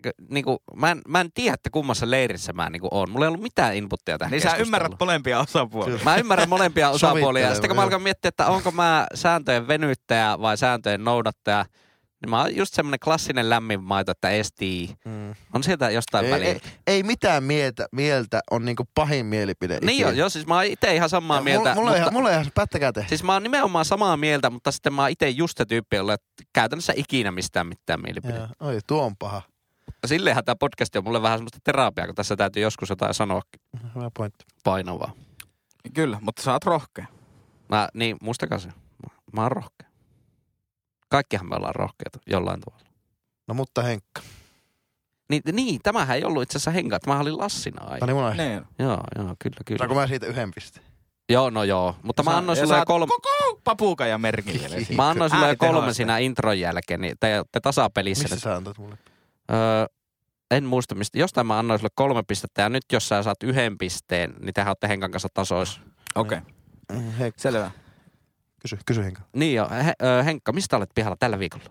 niinku, mä, en, mä en tiedä, että kummassa leirissä mä niinku oon. Mulla ei ollut mitään inputtia tähän Niin sä ymmärrät molempia osapuolia. Mä ymmärrän molempia osapuolia. Sitten kun mä alkan miettiä, että onko mä sääntöjen venyttäjä vai sääntöjen noudattaja, niin mä oon just semmonen klassinen lämmin maito, että estii. Mm. On sieltä jostain ei, väliä. Ei, ei mitään mieltä, mieltä on niinku pahin mielipide. Niin joo, joo, siis mä oon ite ihan samaa ja mieltä. Mulla, mutta, mulla, mulla ei ihan pättäkää te. Siis mä oon nimenomaan samaa mieltä, mutta sitten mä oon ite just se tyyppi, jolle käytännössä ikinä mistään mitään mielipide. Joo, oi, tuo on paha. Mutta silleenhän tää podcast on mulle vähän semmoista terapiaa, kun tässä täytyy joskus jotain sanoakin. Hyvä pointti. Painavaa. Kyllä, mutta sä oot rohkea. Mä, niin, muistakaa se. Mä oon rohkea. Kaikkihan me ollaan rohkeita jollain tavalla. No mutta Henkka. Niin, niin tämähän ei ollut itse asiassa Henkka, että mä olin Lassina aina. Tämä oli mun aihe. Niin. Joo, joo, kyllä, kyllä. Saanko mä siitä yhden pisteen? Joo, no joo. Mutta mä Sä- annoin ja sulle sä jo oot kolme... koko papukajan merkille. Mä annoin sulle jo Äänitehoista. kolme siinä intron jälkeen, niin te olette tasapelissä. Missä nyt. sä antoit mulle? Öö, en muista mistä. Jostain mä annoin sulle kolme pistettä ja nyt jos sä saat yhden pisteen, niin tehän olette Henkan kanssa tasois. Okei, okay. Mm, Hei, selvä. kysy, kysy Henkka. Niin joo. He, öö, Henkka, mistä olet pihalla tällä viikolla?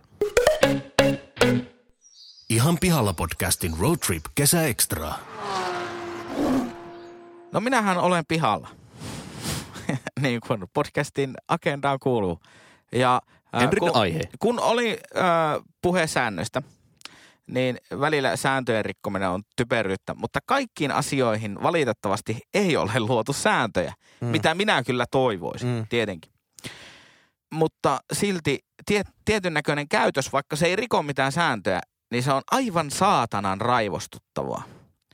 Ihan pihalla podcastin Road Trip kesäekstraa. No minähän olen pihalla. Niin kuin podcastin agendaan kuuluu. Ja ää, Henrin kun, aihe. kun oli ää, puhe säännöstä, niin välillä sääntöjen rikkominen on typeryyttä, mutta kaikkiin asioihin valitettavasti ei ole luotu sääntöjä, mm. mitä minä kyllä toivoisin, mm. tietenkin. Mutta silti tie, tietyn näköinen käytös, vaikka se ei riko mitään sääntöjä, niin se on aivan saatanan raivostuttavaa.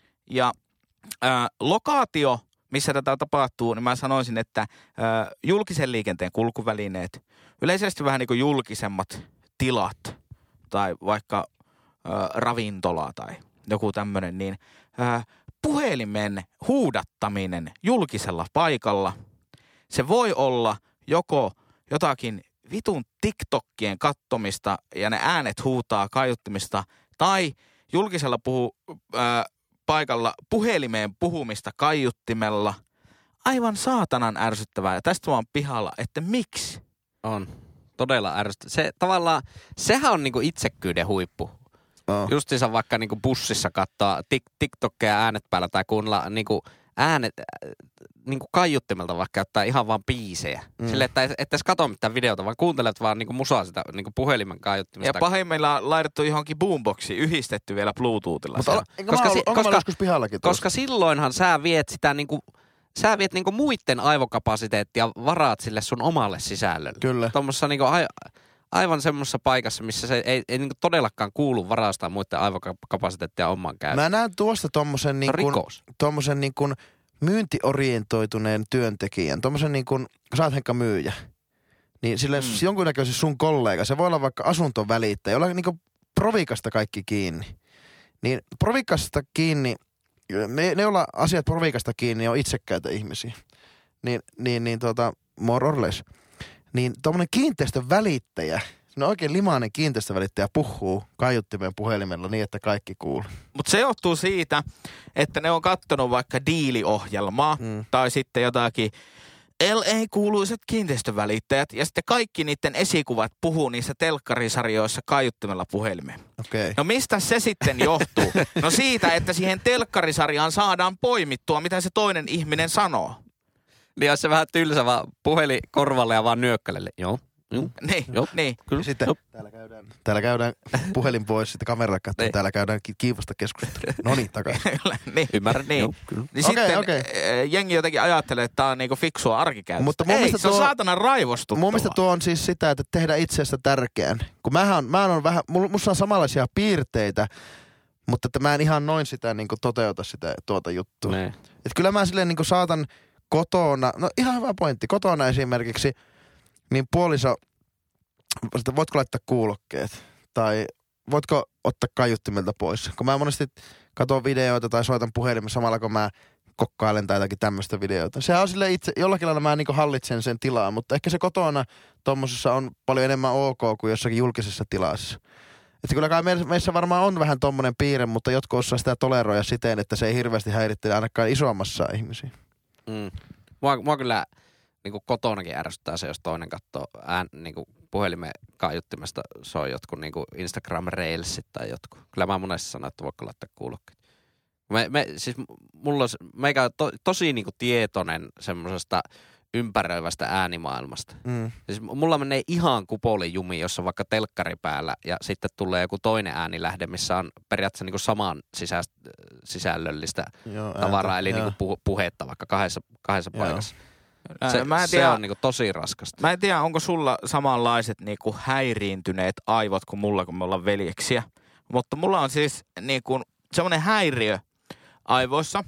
Ja ää, lokaatio, missä tätä tapahtuu, niin mä sanoisin, että ää, julkisen liikenteen kulkuvälineet, yleisesti vähän niin kuin julkisemmat tilat tai vaikka ää, ravintola tai joku tämmöinen, niin ää, puhelimen huudattaminen julkisella paikalla, se voi olla joko jotakin vitun TikTokien kattomista ja ne äänet huutaa kaiuttimista tai julkisella puhu, ää, paikalla puhelimeen puhumista kaiuttimella. Aivan saatanan ärsyttävää ja tästä vaan pihalla, että miksi? On. Todella ärsyttävää. Se tavallaan, sehän on niinku itsekkyyden huippu. Oh. Justiinsa vaikka niinku bussissa katsoa tik- TikTokia äänet päällä tai kuunnella niinku äänet äh, niinku kaiuttimelta vaikka käyttää ihan vaan biisejä. Mm. Silleen, että et edes katso mitään videota, vaan kuuntelet vaan niinku musaa sitä niinku puhelimen kaiuttimesta. Ja pahimmillaan on laitettu johonkin boomboxiin, yhdistetty vielä Bluetoothilla. Mutta siellä. on, koska mä, si- ollut, koska- mä joskus pihallakin tuossa? Koska silloinhan sä viet sitä niinku, sä viet niinku muiden aivokapasiteettia varaat sille sun omalle sisällölle. Kyllä. Tuommoissa niinku a- aivan semmoisessa paikassa, missä se ei, ei niinku todellakaan kuulu varastaa muiden aivokapasiteettia omaan käyttöön. Mä näen tuosta tommosen, niin kuin, Rikos. tommosen niin kuin myyntiorientoituneen työntekijän. Tommosen niin kuin, kun sä oot Henkka myyjä, niin sille mm. jonkunnäköisesti sun kollega, se voi olla vaikka asuntovälittäjä, jolla on niin kuin provikasta kaikki kiinni. Niin provikasta kiinni, ne, ne joilla asiat provikasta kiinni on itsekkäitä ihmisiä. Niin, niin, niin tota, more or less. Niin tommonen kiinteistön välittäjä, no oikein limainen kiinteistövälittäjä puhuu kaiuttimeen puhelimella niin, että kaikki kuuluu. Mutta se johtuu siitä, että ne on kattonut vaikka diiliohjelmaa mm. tai sitten jotakin L A-kuuluiset kiinteistövälittäjät ja sitten kaikki niiden esikuvat puhuu niissä telkkarisarjoissa kaiuttimella puhelimeen. Okei. No mistä se sitten johtuu? No siitä, että siihen telkkarisarjaan saadaan poimittua, mitä se toinen ihminen sanoo. Niin olisi se vähän tylsä vaan puhelin korvalle ja vaan nyökkäilelle. Joo. Joo. Niin, Joo. niin. Kyllä. Ja sitten Joo. täällä käydään, täällä käydään puhelin pois, sitten kameralla katsotaan, Niin. täällä käydään ki- kiivasta keskustelua. No niin, takaisin. niin. Ymmärrän. Niin. Joo, kyllä. Niin Okei, sitten okei. eh, jengi jotenkin ajattelee, että tää on niinku fiksua arkikäytöstä. Mutta mun Ei, mielestä se on tuo- saatana raivostuttavaa. Mun mielestä tuo on siis sitä, että tehdä itsestä tärkeän. Kun mähän, mä on vähän, mulla on samanlaisia piirteitä, mutta että mä en ihan noin sitä niin kuin toteuta sitä tuota juttua. Nee. Et kyllä mä silleen niin kuin saatan kotona, no ihan hyvä pointti, kotona esimerkiksi, niin puoliso, että voitko laittaa kuulokkeet tai voitko ottaa kaiuttimelta pois. Kun mä monesti katson videoita tai soitan puhelimessa samalla, kun mä kokkailen tai jotakin tämmöistä videoita. Sehän on silleen itse, jollakin lailla mä niinku hallitsen sen tilaa, mutta ehkä se kotona tommosessa on paljon enemmän ok kuin jossakin julkisessa tilassa. Että kyllä kai meissä varmaan on vähän tommonen piirre, mutta jotkut osaa sitä toleroida siten, että se ei hirveästi häirittele ainakaan isommassa ihmisiä. Mm. Mua, mua kyllä niinku kotonakin ärsyttää se, jos toinen katsoo ään, niinku puhelimen kaiuttimesta soi jotkut niinku Instagram-reelsit tai jotkut. Kyllä mä monesti sanon, että voiko laittaa kuulokkeet. Me, me, siis mulla on, meikä on to, tosi niinku tietoinen semmosesta ympäröivästä äänimaailmasta. Mm. Siis mulla menee ihan kupolin jumi, jos on vaikka telkkari päällä ja sitten tulee joku toinen äänilähde, missä on periaatteessa niinku saman sisä, sisällöllistä joo, tavaraa, ääntä, eli niinku puh, puhetta vaikka kahdessa, kahdessa paikassa. Se, mä en tiedä, se on niinku tosi raskasta. Mä en tiedä, onko sulla samanlaiset niinku häiriintyneet aivot kuin mulla, kun me ollaan veljeksiä. Mutta mulla on siis niinku semmoinen häiriö aivoissa.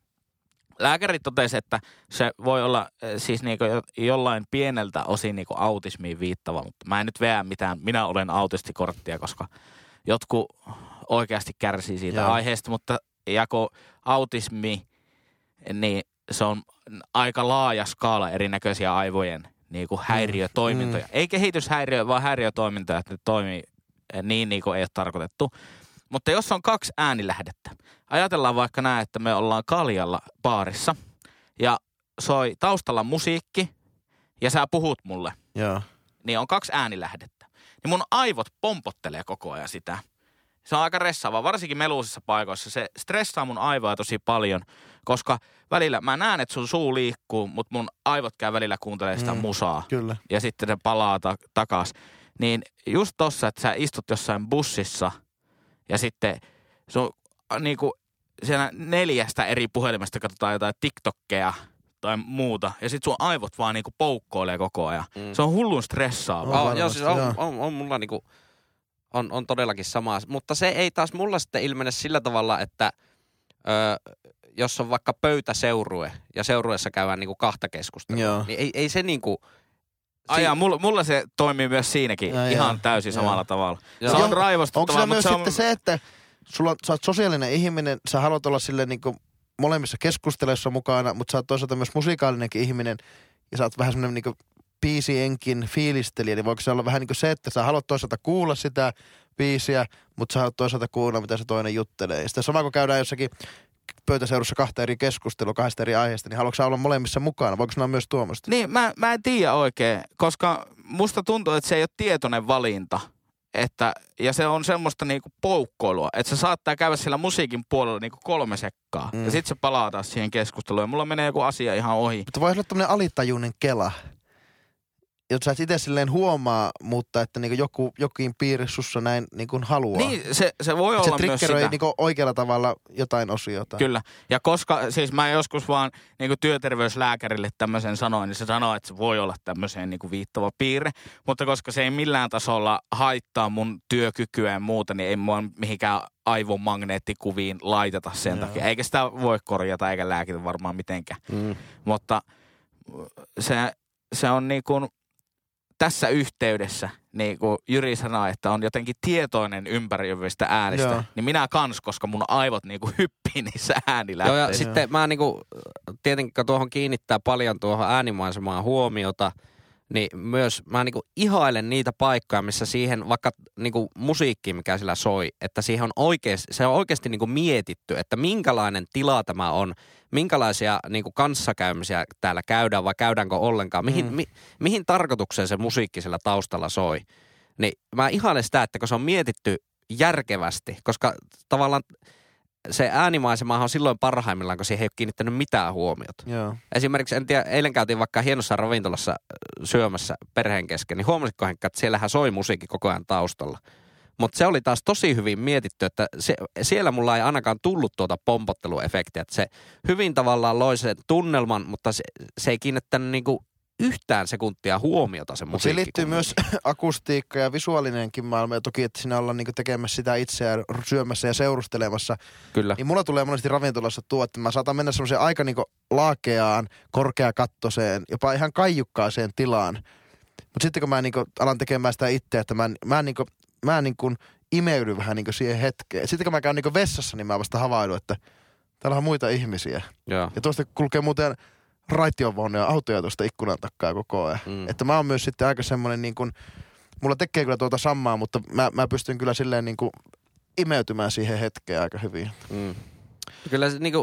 Lääkäri totesi, että se voi olla siis niinku jollain pieneltä osin niinku autismiin viittava, mutta mä en nyt veä mitään. Minä olen autistikorttia, koska jotkut oikeasti kärsii siitä Joo. aiheesta, mutta jako autismi, niin se on aika laaja skaala erinäköisiä aivojen niinku häiriötoimintoja. Mm. Ei kehityshäiriö, vaan häiriötoimintoja, että ne toimii niin, niin kuin ei ole tarkoitettu. Mutta jos on kaksi äänilähdettä, ajatellaan vaikka näin, että me ollaan kaljalla baarissa ja soi taustalla musiikki ja sä puhut mulle, Joo. niin on kaksi äänilähdettä. Niin mun aivot pompottelee koko ajan sitä. Se on aika ressaavaa, varsinkin meluisissa paikoissa. Se stressaa mun aivoja tosi paljon, koska välillä mä näen, että sun suu liikkuu, mutta mun aivot käy välillä kuuntelemaan sitä mm, musaa. Kyllä. Ja sitten se palaa ta- takas. Niin just tossa, että sä istut jossain bussissa ja sitten sun niinku siellä neljästä eri puhelimesta katsotaan jotain TikTokkeja tai muuta. Ja sit sun aivot vaan niinku poukkoilee koko ajan. Mm. Se on hullun stressaavaa. Oh, joo, siis on, on, on, on mulla niinku, on, on todellakin sama. Mutta se ei taas mulla sitten ilmene sillä tavalla, että ö, jos on vaikka pöytäseurue ja seurueessa käydään niinku kahta keskustelua, joo. niin ei, ei se niinku... Ai jaa, mulla, mulla se toimii myös siinäkin ja, ihan ja, täysin ja. samalla tavalla. Ja. Se on raivostuttavaa. Onko se myös se on... sitten se, että sulla, sä oot sosiaalinen ihminen, sä haluat olla silleen niinku molemmissa keskusteluissa mukana, mutta sä oot toisaalta myös musiikaalinenkin ihminen ja sä oot vähän semmoinen niinku biisienkin fiilistelijä, niin voiko se olla vähän niin kuin se, että sä haluat toisaalta kuulla sitä biisiä, mutta sä haluat toisaalta kuulla, mitä se toinen juttelee. Ja sitten sama, kun käydään jossakin pöytäseudussa kahta eri keskustelua, kahdesta eri aiheesta, niin haluatko sä olla molemmissa mukana? Voiko ne olla myös tuommoista? Niin, mä, mä en tiedä oikein, koska musta tuntuu, että se ei ole tietoinen valinta. Että, ja se on semmoista niinku poukkoilua, että se saattaa käydä siellä musiikin puolella niinku kolme sekkaa. Mm. Ja sit se palaa taas siihen keskusteluun ja mulla menee joku asia ihan ohi. Mutta voi olla tämmönen alitajuinen kela. Jos sä et itse silleen huomaa, mutta että niinku joku, jokin piirre sussa näin niinku haluaa. Niin, se, se voi olla se myös sitä. Se triggeroi niinku oikealla tavalla jotain osiota. Kyllä. Ja koska, siis mä joskus vaan niinku työterveyslääkärille tämmöisen sanoin, niin se sanoo, että se voi olla tämmöiseen niinku viittava piirre. Mutta koska se ei millään tasolla haittaa mun työkykyä ja muuta, niin ei mua mihinkään aivomagneettikuviin laiteta sen Joo. takia. Eikä sitä voi korjata eikä lääkitä varmaan mitenkään. Mm. Mutta se, se on niinku... Tässä yhteydessä, niin kuin Jyri sanoi, että on jotenkin tietoinen ympäröivistä äänistä, Joo. niin minä kans, koska mun aivot niin kuin hyppii niissä äänilähteissä. Joo, ja sitten mä niin kuin, tietenkin kun tuohon kiinnittää paljon tuohon äänimaisemaan huomiota, niin myös mä niin kuin ihailen niitä paikkoja, missä siihen vaikka niin kuin musiikki, mikä sillä soi, että siihen on oikeasti, se on oikeasti niin kuin mietitty, että minkälainen tila tämä on, minkälaisia niin kuin kanssakäymisiä täällä käydään vai käydäänkö ollenkaan, mihin, mm. mi, mihin tarkoitukseen se musiikki sillä taustalla soi. Niin mä ihailen sitä, että kun se on mietitty järkevästi, koska tavallaan se äänimaisemahan on silloin parhaimmillaan, kun siihen ei ole kiinnittänyt mitään huomiota. Joo. Esimerkiksi, en tiedä, eilen käytiin vaikka hienossa ravintolassa syömässä perheen kesken, niin huomasitko Henkka, että siellähän soi musiikki koko ajan taustalla. Mutta se oli taas tosi hyvin mietitty, että se, siellä mulla ei ainakaan tullut tuota pompotteluefektiä. Että se hyvin tavallaan loi sen tunnelman, mutta se, se ei kiinnittänyt niinku yhtään sekuntia huomiota se musiikki. Se liittyy myös akustiikka ja visuaalinenkin maailma. Ja toki, että siinä ollaan niinku tekemässä sitä itseään syömässä ja seurustelemassa. Kyllä. Niin mulla tulee monesti ravintolassa tuo, että mä saatan mennä semmoiseen aika niinku laakeaan, korkeakattoseen, jopa ihan kaijukkaaseen tilaan. Mutta sitten kun mä niinku alan tekemään sitä itse, että mä, mä niinku... Mä niin kuin imeydyn vähän niin kuin siihen hetkeen. Sitten kun mä käyn niin kuin vessassa, niin mä vasta havaidun, että täällä on muita ihmisiä. Joo. Ja tuosta kulkee muuten raitiovaunuja autoja tuosta ikkunan takaa koko ajan. Mm. Että mä oon myös sitten aika semmoinen niin kuin, mulla tekee kyllä tuota samaa, mutta mä, mä pystyn kyllä silleen niin kuin imeytymään siihen hetkeen aika hyvin. Mm. Kyllä se niin kuin,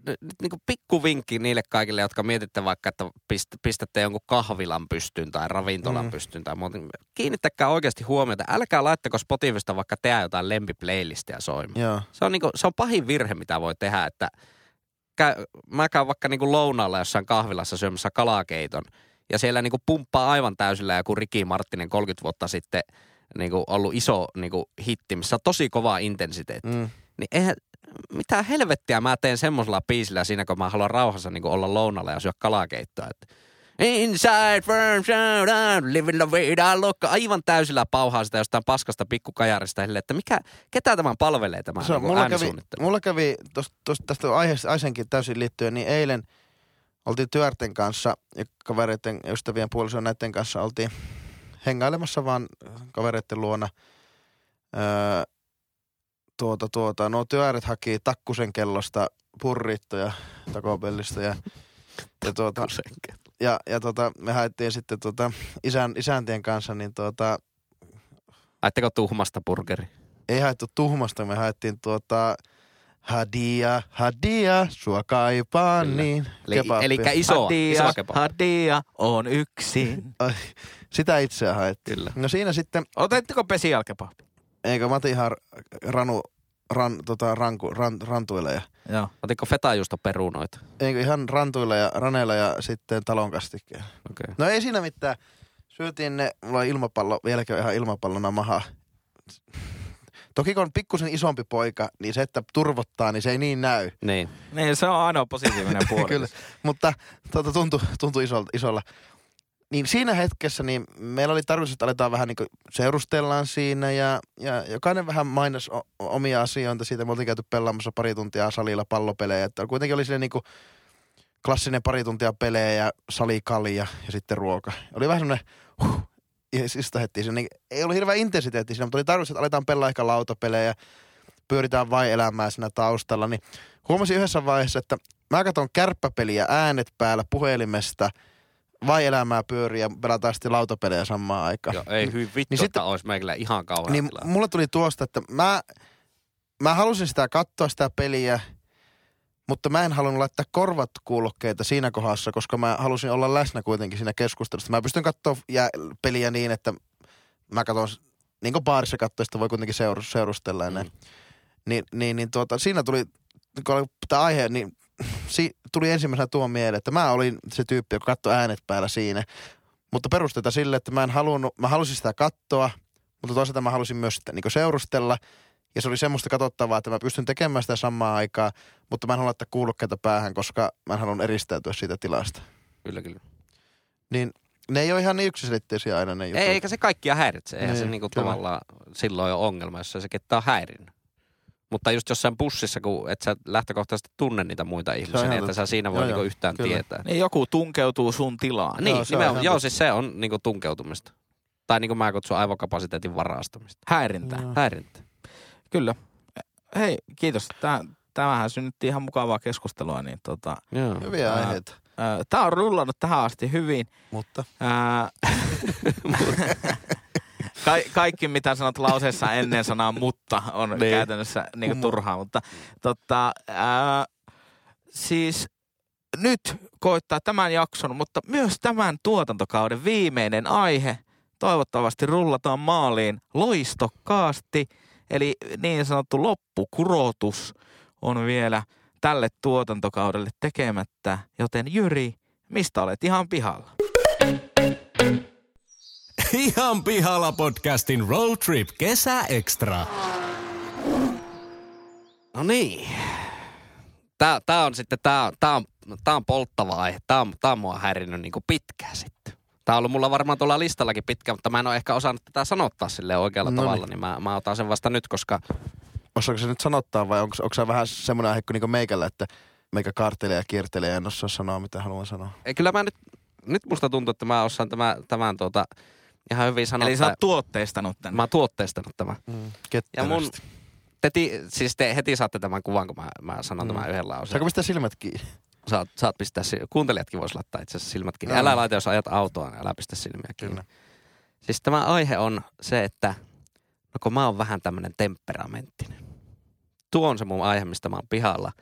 nyt niinku pikkuvinkki niille kaikille, jotka mietitte vaikka, että pist, pistätte jonkun kahvilan pystyyn tai ravintolan mm. pystyyn tai muuta. Kiinnittäkää oikeasti huomiota. Älkää laittako Spotifysta vaikka tehdä jotain lempiplaylistia soimaan. Se on, niinku, se on pahin virhe, mitä voi tehdä, että käy, mä käyn vaikka niinku lounaalla jossain kahvilassa syömässä kalakeiton ja siellä niinku pumppaa aivan täysillä joku Ricky Martinin kolmekymmentä vuotta sitten niinku ollut iso niinku hitti, missä on tosi kovaa intensiteetti. Mm. Niin eihän, mitä helvettiä mä teen semmoisella biisillä siinä, kun mä haluan rauhassa niinku olla lounalla ja syödä kalakeittoa. Että inside firm showdown, living the vida loca. Aivan täysillä pauhaa sitä jostain paskasta pikkukajarista, että mikä, ketä tämän palvelee tämä se, niinku mulla kävi, äänisuunnittelu? Mulla kävi tosta, tosta, tästä aiheesta, aisenkin täysin liittyen, niin eilen oltiin työrten kanssa ja kavereiden ja ystävien puolison näiden kanssa oltiin hengailemassa vaan kavereiden luona. Öö, tuota, tuota, nuo työret haki Takkusen kellosta purrittoja Takopellista ja, ja, tuota, ja, ja tuota, me haettiin sitten tuota, isän, isäntien kanssa, niin tuota... Haitteko tuhmasta burgeri? Ei haettu tuhmasta, me haettiin tuota... Hadia, hadia, sua kaipaan Kyllä. niin. Eli, elikkä isoa, hadia, isoa kebappia. Hadia on yksin. Ai, sitä itseä haettiin. Kyllä. No siinä sitten... Otetteko pesialkebappi? Eikö, mä otin ihan ranu, ran, tota, ranku, ran, rantuille ja... Joo. Otitko fetajuusto perunoita? Eikö, ihan rantuille ja raneilla ja sitten talonkastikkeen. Okay. No ei siinä mitään. Syötiin ne, mulla on ilmapallo, vieläkin on ihan ilmapallona maha. Toki kun on pikkusen isompi poika, niin se, että turvottaa, niin se ei niin näy. Niin. Niin, se on ainoa positiivinen puoli. Kyllä, mutta tuota, tuntui, tuntui isolla, isolla. Niin siinä hetkessä niin meillä oli tarkoitus, että aletaan vähän niin kuin seurustellaan siinä ja, ja jokainen vähän mainos o- omia asioita. Siitä me oltiin käyty pelaamassa pari tuntia salilla pallopelejä. Että kuitenkin oli silleen niin kuin klassinen pari tuntia pelejä ja salikalja ja sitten ruoka. Oli vähän semmoinen, huh, ja istahettiin siinä. Niin ei ollut hirveän intensiteetti siinä, mutta oli tarkoitus, että aletaan pelaa ehkä lautapelejä. Pyöritään vain elämää siinä taustalla. Niin huomasin yhdessä vaiheessa, että mä katson kärppäpeliä äänet päällä puhelimesta. Vai elämää pyörii ja pelataan sitten lautapelejä samaan aikaan. Joo, ei hyvin vittu, niin että olisi meillä ihan kauhean Niin tilaa. mulle tuli tuosta, että mä, mä halusin sitä katsoa sitä peliä, mutta mä en halunnut laittaa korvat kuulokkeita siinä kohdassa, koska mä halusin olla läsnä kuitenkin siinä keskustelussa. Mä pystyn katsoa peliä niin, että mä katson, niin kuin baarissa katsoa, sitä voi kuitenkin seurus, seurustella. Mm. Niin, niin, niin tuota, siinä tuli, kun oli tämä aihe, niin si, tuli ensimmäisenä tuo mieleen, että mä olin se tyyppi, joka katsoi äänet päällä siinä. Mutta perusteita sille, että mä en halunnut, mä halusin sitä katsoa, mutta toisaalta mä halusin myös sitä niin seurustella. Ja se oli semmoista katsottavaa, että mä pystyn tekemään sitä samaa aikaa, mutta mä en halua laittaa kuulokkeita päähän, koska mä en halunnut eristäytyä siitä tilasta. Kyllä, kyllä. Niin ne ei ole ihan niin yksiselitteisiä aina ne jutut. Ei, eikä se kaikkia häiritse. Eihän niin, se niinku kyllä. tavallaan silloin ole ongelma, jos se ketään on häirinnyt. Mutta just jossain bussissa, kun et sä lähtökohtaisesti tunne niitä muita ihmisiä, niin että sä siinä voi joo, niinku joo, yhtään kyllä. tietää. Niin joku tunkeutuu sun tilaan. Niin, Joo, se nimenomaan, on joo, ihan siis se on niinku tunkeutumista. Tai niin kuin mä kutsun aivokapasiteetin varastamista. Häirintää. Joo. Häirintä. Kyllä. Hei, kiitos. Tää, tämähän synnytti ihan mukavaa keskustelua. Niin tota, Joo. Hyviä Ää, aiheita. ää, tää on rullannut tähän asti hyvin. Mutta Ää, Ka- kaikki, mitä sanot lauseessa ennen sanaa mutta, on Niin. käytännössä niinku turhaa. Mutta tota, ää, siis nyt koittaa tämän jakson, mutta myös tämän tuotantokauden viimeinen aihe. Toivottavasti rullataan maaliin loistokkaasti. Eli niin sanottu loppukurotus on vielä tälle tuotantokaudelle tekemättä. Joten Jyri, mistä olet ihan pihalla? Ihan pihalla podcastin Road Trip Kesäekstra. No niin. Tää, tää on sitten, tää, tää, on, tää on polttava aihe. Tää on, tää on mua häirinnyt niinku pitkään sitten. Tää on ollut mulla varmaan tuolla listallakin pitkään, mutta mä en ole ehkä osannut tätä sanottaa silleen oikealla No tavalla, niin. niin mä, mä otan sen vasta nyt, koska osaako se nyt sanottaa vai onko, onko se vähän semmoinen aihe kuin niinku meikällä, että meikä kaartelee ja kiertelee ja en osaa sanoa, mitä haluan sanoa. ei, kyllä mä nyt, nyt musta tuntuu, että mä osaan tämän, tämän tuota, ihan hyvin sanottaa. Eli sä oot tuotteistanut tämän. Mä oon tuotteistanut tämän. Mm, Ja mun, te, ti, siis te heti saatte tämän kuvan, kun mä, mä sanon mm. tämän yhden lauseen. Saako pistää silmät kiinni? Saat, saat pistää, kuuntelijatkin vois laittaa itse asiassa silmät kiinni. No. Älä laita, jos ajat autoa, niin älä pistä silmiä kiinni. Kyllä. Siis tämä aihe on se, että no kun mä oon vähän tämmönen temperamenttinen. Tuo on se mun aihe, mistä mä oon pihalla.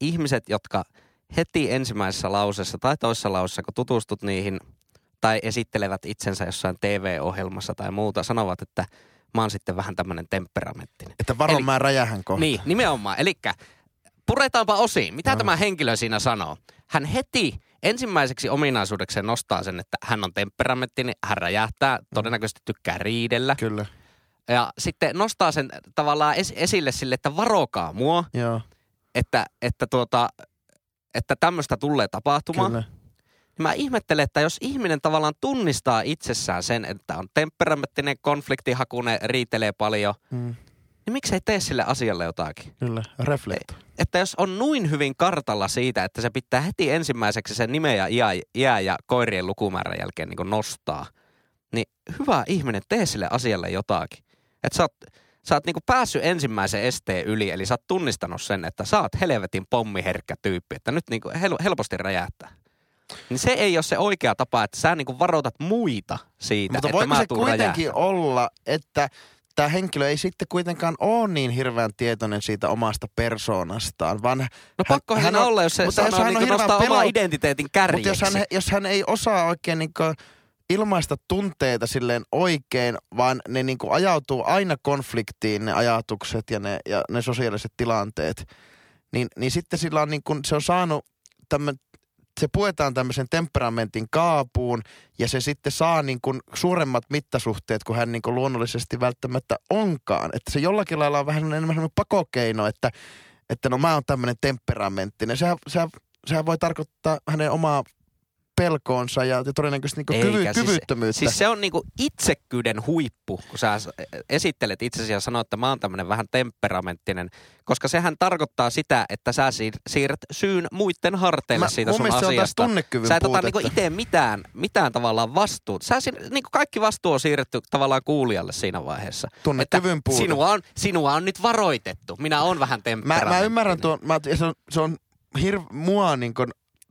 ihmiset, jotka heti ensimmäisessä lauseessa tai toisessa lauseessa, kun tutustut niihin tai esittelevät itsensä jossain T V-ohjelmassa tai muuta, sanovat, että mä oon sitten vähän tämmöinen temperamenttinen. Että varo Eli, mä räjähän kohta. Niin, nimenomaan. Elikkä puretaanpa osiin. Mitä no. tämä henkilö siinä sanoo? Hän heti ensimmäiseksi ominaisuudekseen nostaa sen, että hän on temperamenttinen, hän räjähtää, todennäköisesti tykkää riidellä. Kyllä. Ja sitten nostaa sen tavallaan es- esille sille, että varokaa mua, Joo. että, että, tuota, että tämmöistä tulee tapahtumaan. Kyllä. Mä ihmettelen, että jos ihminen tavallaan tunnistaa itsessään sen, että on temperamenttinen, konfliktihakuinen, riitelee paljon, mm. niin miksei tee sille asialle jotakin? Kyllä, reflektoi. Että jos on noin hyvin kartalla siitä, että se pitää heti ensimmäiseksi sen nimeä ja iä, iä ja koirien lukumäärän jälkeen niin nostaa, niin hyvä ihminen, tee sille asialle jotakin. Että sä oot, sä oot niin päässyt ensimmäisen esteen yli, eli sä oot tunnistanut sen, että sä oot helvetin pommiherkkä tyyppi, että nyt niin hel- helposti räjähtää. Niin se ei ole se oikea tapa, että sä niin varoitat muita siitä, mutta että mä se tuun kuitenkin räjähtää. olla, että tämä henkilö ei sitten kuitenkaan ole niin hirveän tietoinen siitä omasta persoonastaan, vaan No hän, pakko hän olla, jos se sanoo, hän niin nostaa pelo... omaa identiteetin kärjeksi. Mutta jos hän, jos hän ei osaa oikein niin kuin ilmaista tunteita silleen oikein, vaan ne niin kuin ajautuu aina konfliktiin, ne ajatukset ja ne, ja ne sosiaaliset tilanteet, niin, niin sitten sillä on niin kuin, se on saanut tämmöinen, se puetaan tämmöisen temperamentin kaapuun ja se sitten saa niin kuin suuremmat mittasuhteet, kuin hän niin kuin luonnollisesti välttämättä onkaan. Että se jollakin lailla on vähän enemmän semmoinen pakokeino, että, että no mä oon tämmöinen temperamenttinen. Sehän, sehän, sehän voi tarkoittaa hänen omaa pelkoonsa ja todennäköisesti niinku kyvy, Eikä, kyvyttömyyttä. Siis, siis se on niinku itsekkyyden huippu, kun sä esittelet itsesi ja sanot, että mä oon tämmönen vähän temperamenttinen, koska sehän tarkoittaa sitä, että sä siir- siirrät syyn muiden harteille mä, siitä sun asiasta. asiasta. Se on tunnekyvyn sä et ota puutetta. niinku itse mitään, mitään tavallaan vastuuta. Sä niinku kaikki vastuu on siirretty tavallaan kuulijalle siinä vaiheessa. Tunnekyvyn puute. Sinua on, sinua on nyt varoitettu. Minä oon vähän temperamenttinen. Mä, mä ymmärrän tuon, mä, se on, se on hir- mua niinku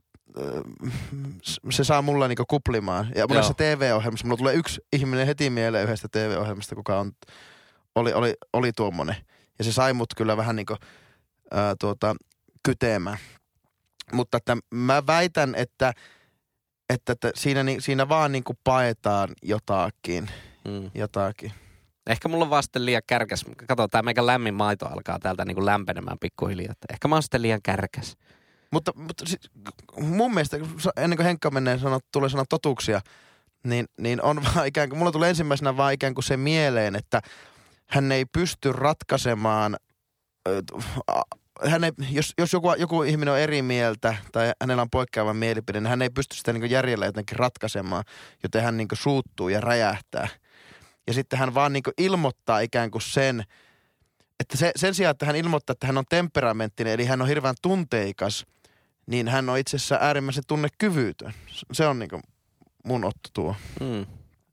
se saa mulla niinku kuplimaan. Ja monessa T V-ohjelmassa, mulla tulee yksi ihminen heti mieleen yhdestä T V-ohjelmasta, kuka on, oli, oli, oli tuommoinen. Ja se sai mut kyllä vähän niinku ää, tuota, kyteemään. Mutta että mä väitän, että, että, että siinä, siinä vaan niinku paetaan jotakin. Mm. jotakin. Ehkä mulla on vaan sitten liian kärkäs. Kato, tää meikä lämmin maito alkaa täältä niinku lämpenemään pikkuhiljaa. Ehkä mä oon sitten liian kärkäs. Mutta, mutta sit, mun mielestä, ennen kuin Henkka menee sanoo, tulee sanoa totuuksia, niin, niin on vaan ikään kuin, mulla tulee ensimmäisenä vaan ikään kuin se mieleen, että hän ei pysty ratkaisemaan, hän ei, jos, jos joku, joku ihminen on eri mieltä tai hänellä on poikkeava mielipide, niin hän ei pysty sitä niin kuin järjellä jotenkin ratkaisemaan, joten hän niin kuin suuttuu ja räjähtää. Ja sitten hän vaan niin kuin ilmoittaa ikään kuin sen, että se, sen sijaan, että hän ilmoittaa, että hän on temperamenttinen, eli hän on hirveän tunteikas, niin hän on itse asiassa äärimmäisen tunnekyvytön. Se on niinku mun otto tuo. Mm.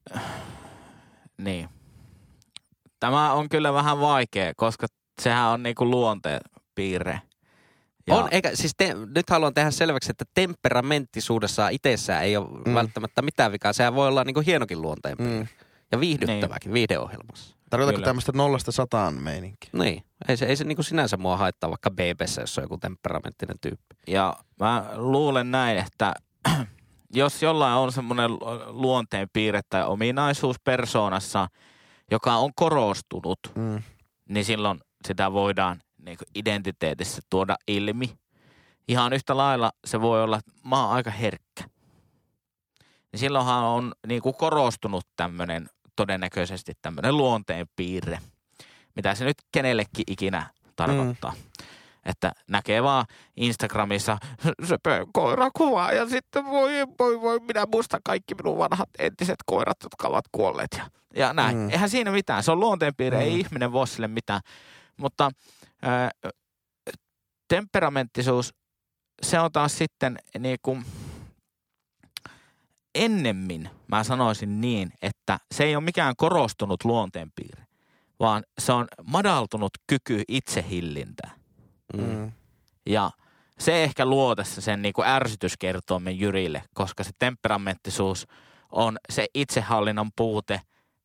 Niin. Tämä on kyllä vähän vaikea, koska sehän on niinku luonteen piirre. Ja On, eikä, siis te, nyt haluan tehdä selväksi, että temperamenttisuudessaan itsessään ei ole mm. välttämättä mitään vikaa. Sehän voi olla niinku hienokin luonteen piirre. Mm. Ja viihdyttäväkin niin. Viihdeohjelmassa. Tarkoitatko tämmöistä nollasta sataan meininkiä? Niin. Ei se, ei se niinku sinänsä mua haittaa vaikka B B:ssä, jos on joku temperamenttinen tyyppi. Ja mä luulen näin, että jos jollain on semmoinen luonteen piirre tai ominaisuus persoonassa, joka on korostunut, mm. niin silloin sitä voidaan niin kuin identiteetissä tuoda ilmi. Ihan yhtä lailla se voi olla, että mä oon aika herkkä. Niin silloinhan on niin kuin korostunut tämmöinen, todennäköisesti tämmöinen luonteen piirre, mitä se nyt kenellekin ikinä tarkoittaa. Mm. Että näkee vaan Instagramissa söpö koirakuvaa ja sitten voi, voi, voi, minä muistan kaikki minun vanhat entiset koirat, jotka ovat kuolleet ja, ja näin. Mm. Eihän siinä mitään, se on luonteenpiirre, mm. ei ihminen voi sille mitään. Mutta ää, temperamenttisuus, se on taas sitten niin kuin ennemmin, mä sanoisin niin, että se ei ole mikään korostunut luonteenpiirre, vaan se on madaltunut kyky itsehillintään. Mm. Ja se ehkä luo tässä sen niin kuin ärsytyskertoimen Jyrille, koska se temperamenttisuus on se itsehallinnan puute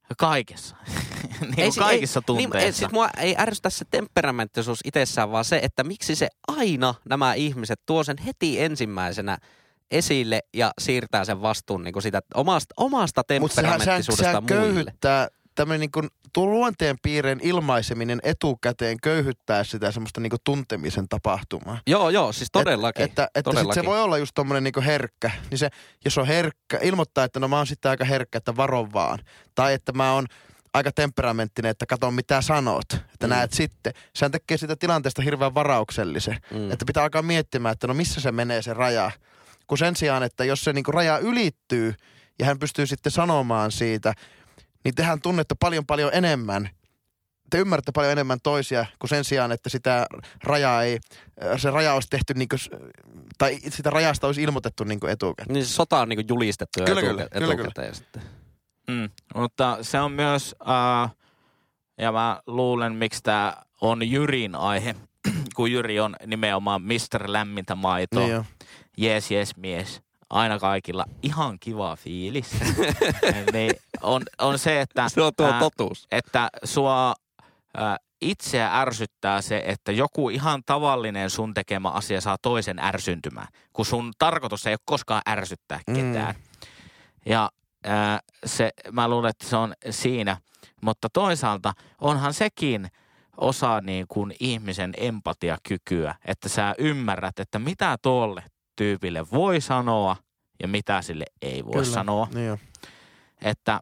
Kaikessa. niin Ei, kuin kaikissa ei, tunteissa. Niin, siis mua ei ärsytä se temperamenttisuus itsessään, vaan se, että miksi se aina nämä ihmiset tuo sen heti ensimmäisenä esille ja siirtää sen vastuun niin kuin sitä omasta, omasta temperamenttisuudestaan muille. muille. Köyhyttää, tämmöinen niin kuin tuo luonteen piireen ilmaiseminen etukäteen köyhyttää sitä semmoista niin kuin tuntemisen tapahtumaa. Joo, joo, siis todellakin. Et, että että todellakin. Sit se voi olla just tommonen niin kuin herkkä, niin se, jos on herkkä, ilmoittaa, että no mä oon sitten aika herkkä, että varo vaan. Tai että mä oon aika temperamenttinen, että kato mitä sanot, että mm. näet sitten. Sehän tekee sitä tilanteesta hirveän varauksellisen, mm. että pitää alkaa miettimään, että no missä se menee se raja. Kun sen sijaan, että jos se niin kuin raja ylittyy ja hän pystyy sitten sanomaan siitä, niin tehän tunnette paljon paljon enemmän. Te ymmärrätte paljon enemmän toisia kuin sen sijaan, että sitä rajaa ei, se raja olisi tehty niin kuin, tai sitä rajasta olisi ilmoitettu niin kuin etukäteen. Niin se sota on niin kuin julistettu kyllä, etukä- kyllä, etukäteen kyllä. sitten. Mm, mutta se on myös, uh, ja mä luulen, miksi tämä on Jyrin aihe, kun Jyri on nimenomaan mister Lämmintä maitoa. Niin jo. Jees, jees, mies. Aina kaikilla ihan kiva fiilis. niin on, on se, että, Se on tuo ää, totuus. että sua ää, itseä ärsyttää se, että joku ihan tavallinen sun tekemä asia saa toisen ärsyntymään, kun sun tarkoitus ei ole koskaan ärsyttää ketään. Mm. Ja ää, se, mä luulen, että se on siinä. Mutta toisaalta onhan sekin osa niin kuin ihmisen empatiakykyä, että sä ymmärrät, että mitä tuolle tyypille voi sanoa ja mitä sille ei voi Kyllä, sanoa. niin jo. Että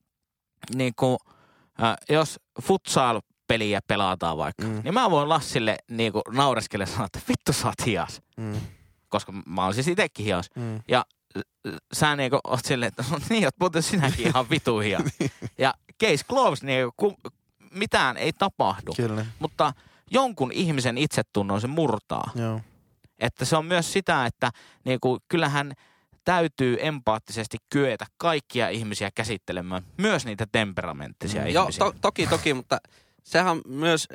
niin kuin, äh, jos futsal-peliä pelataan vaikka, mm. niin mä voin Lassille niin kuin naureskelle sanoa, että vittu sä oot hias. Mm. Koska mä oon siis itekin hias. Mm. Ja sä niin kuin oot silleen, että no niin, oot muuten sinäkin ihan vitu hias. Ja case closed, niin kuin, mitään ei tapahdu. Kyllä. Mutta jonkun ihmisen itsetunnon se murtaa. Joo. Että se on myös sitä, että niin kuin, kyllähän täytyy empaattisesti kyetä kaikkia ihmisiä käsittelemään, myös niitä temperamenttisia mm. Joo, ihmisiä. to, toki, toki, mutta sehän myös,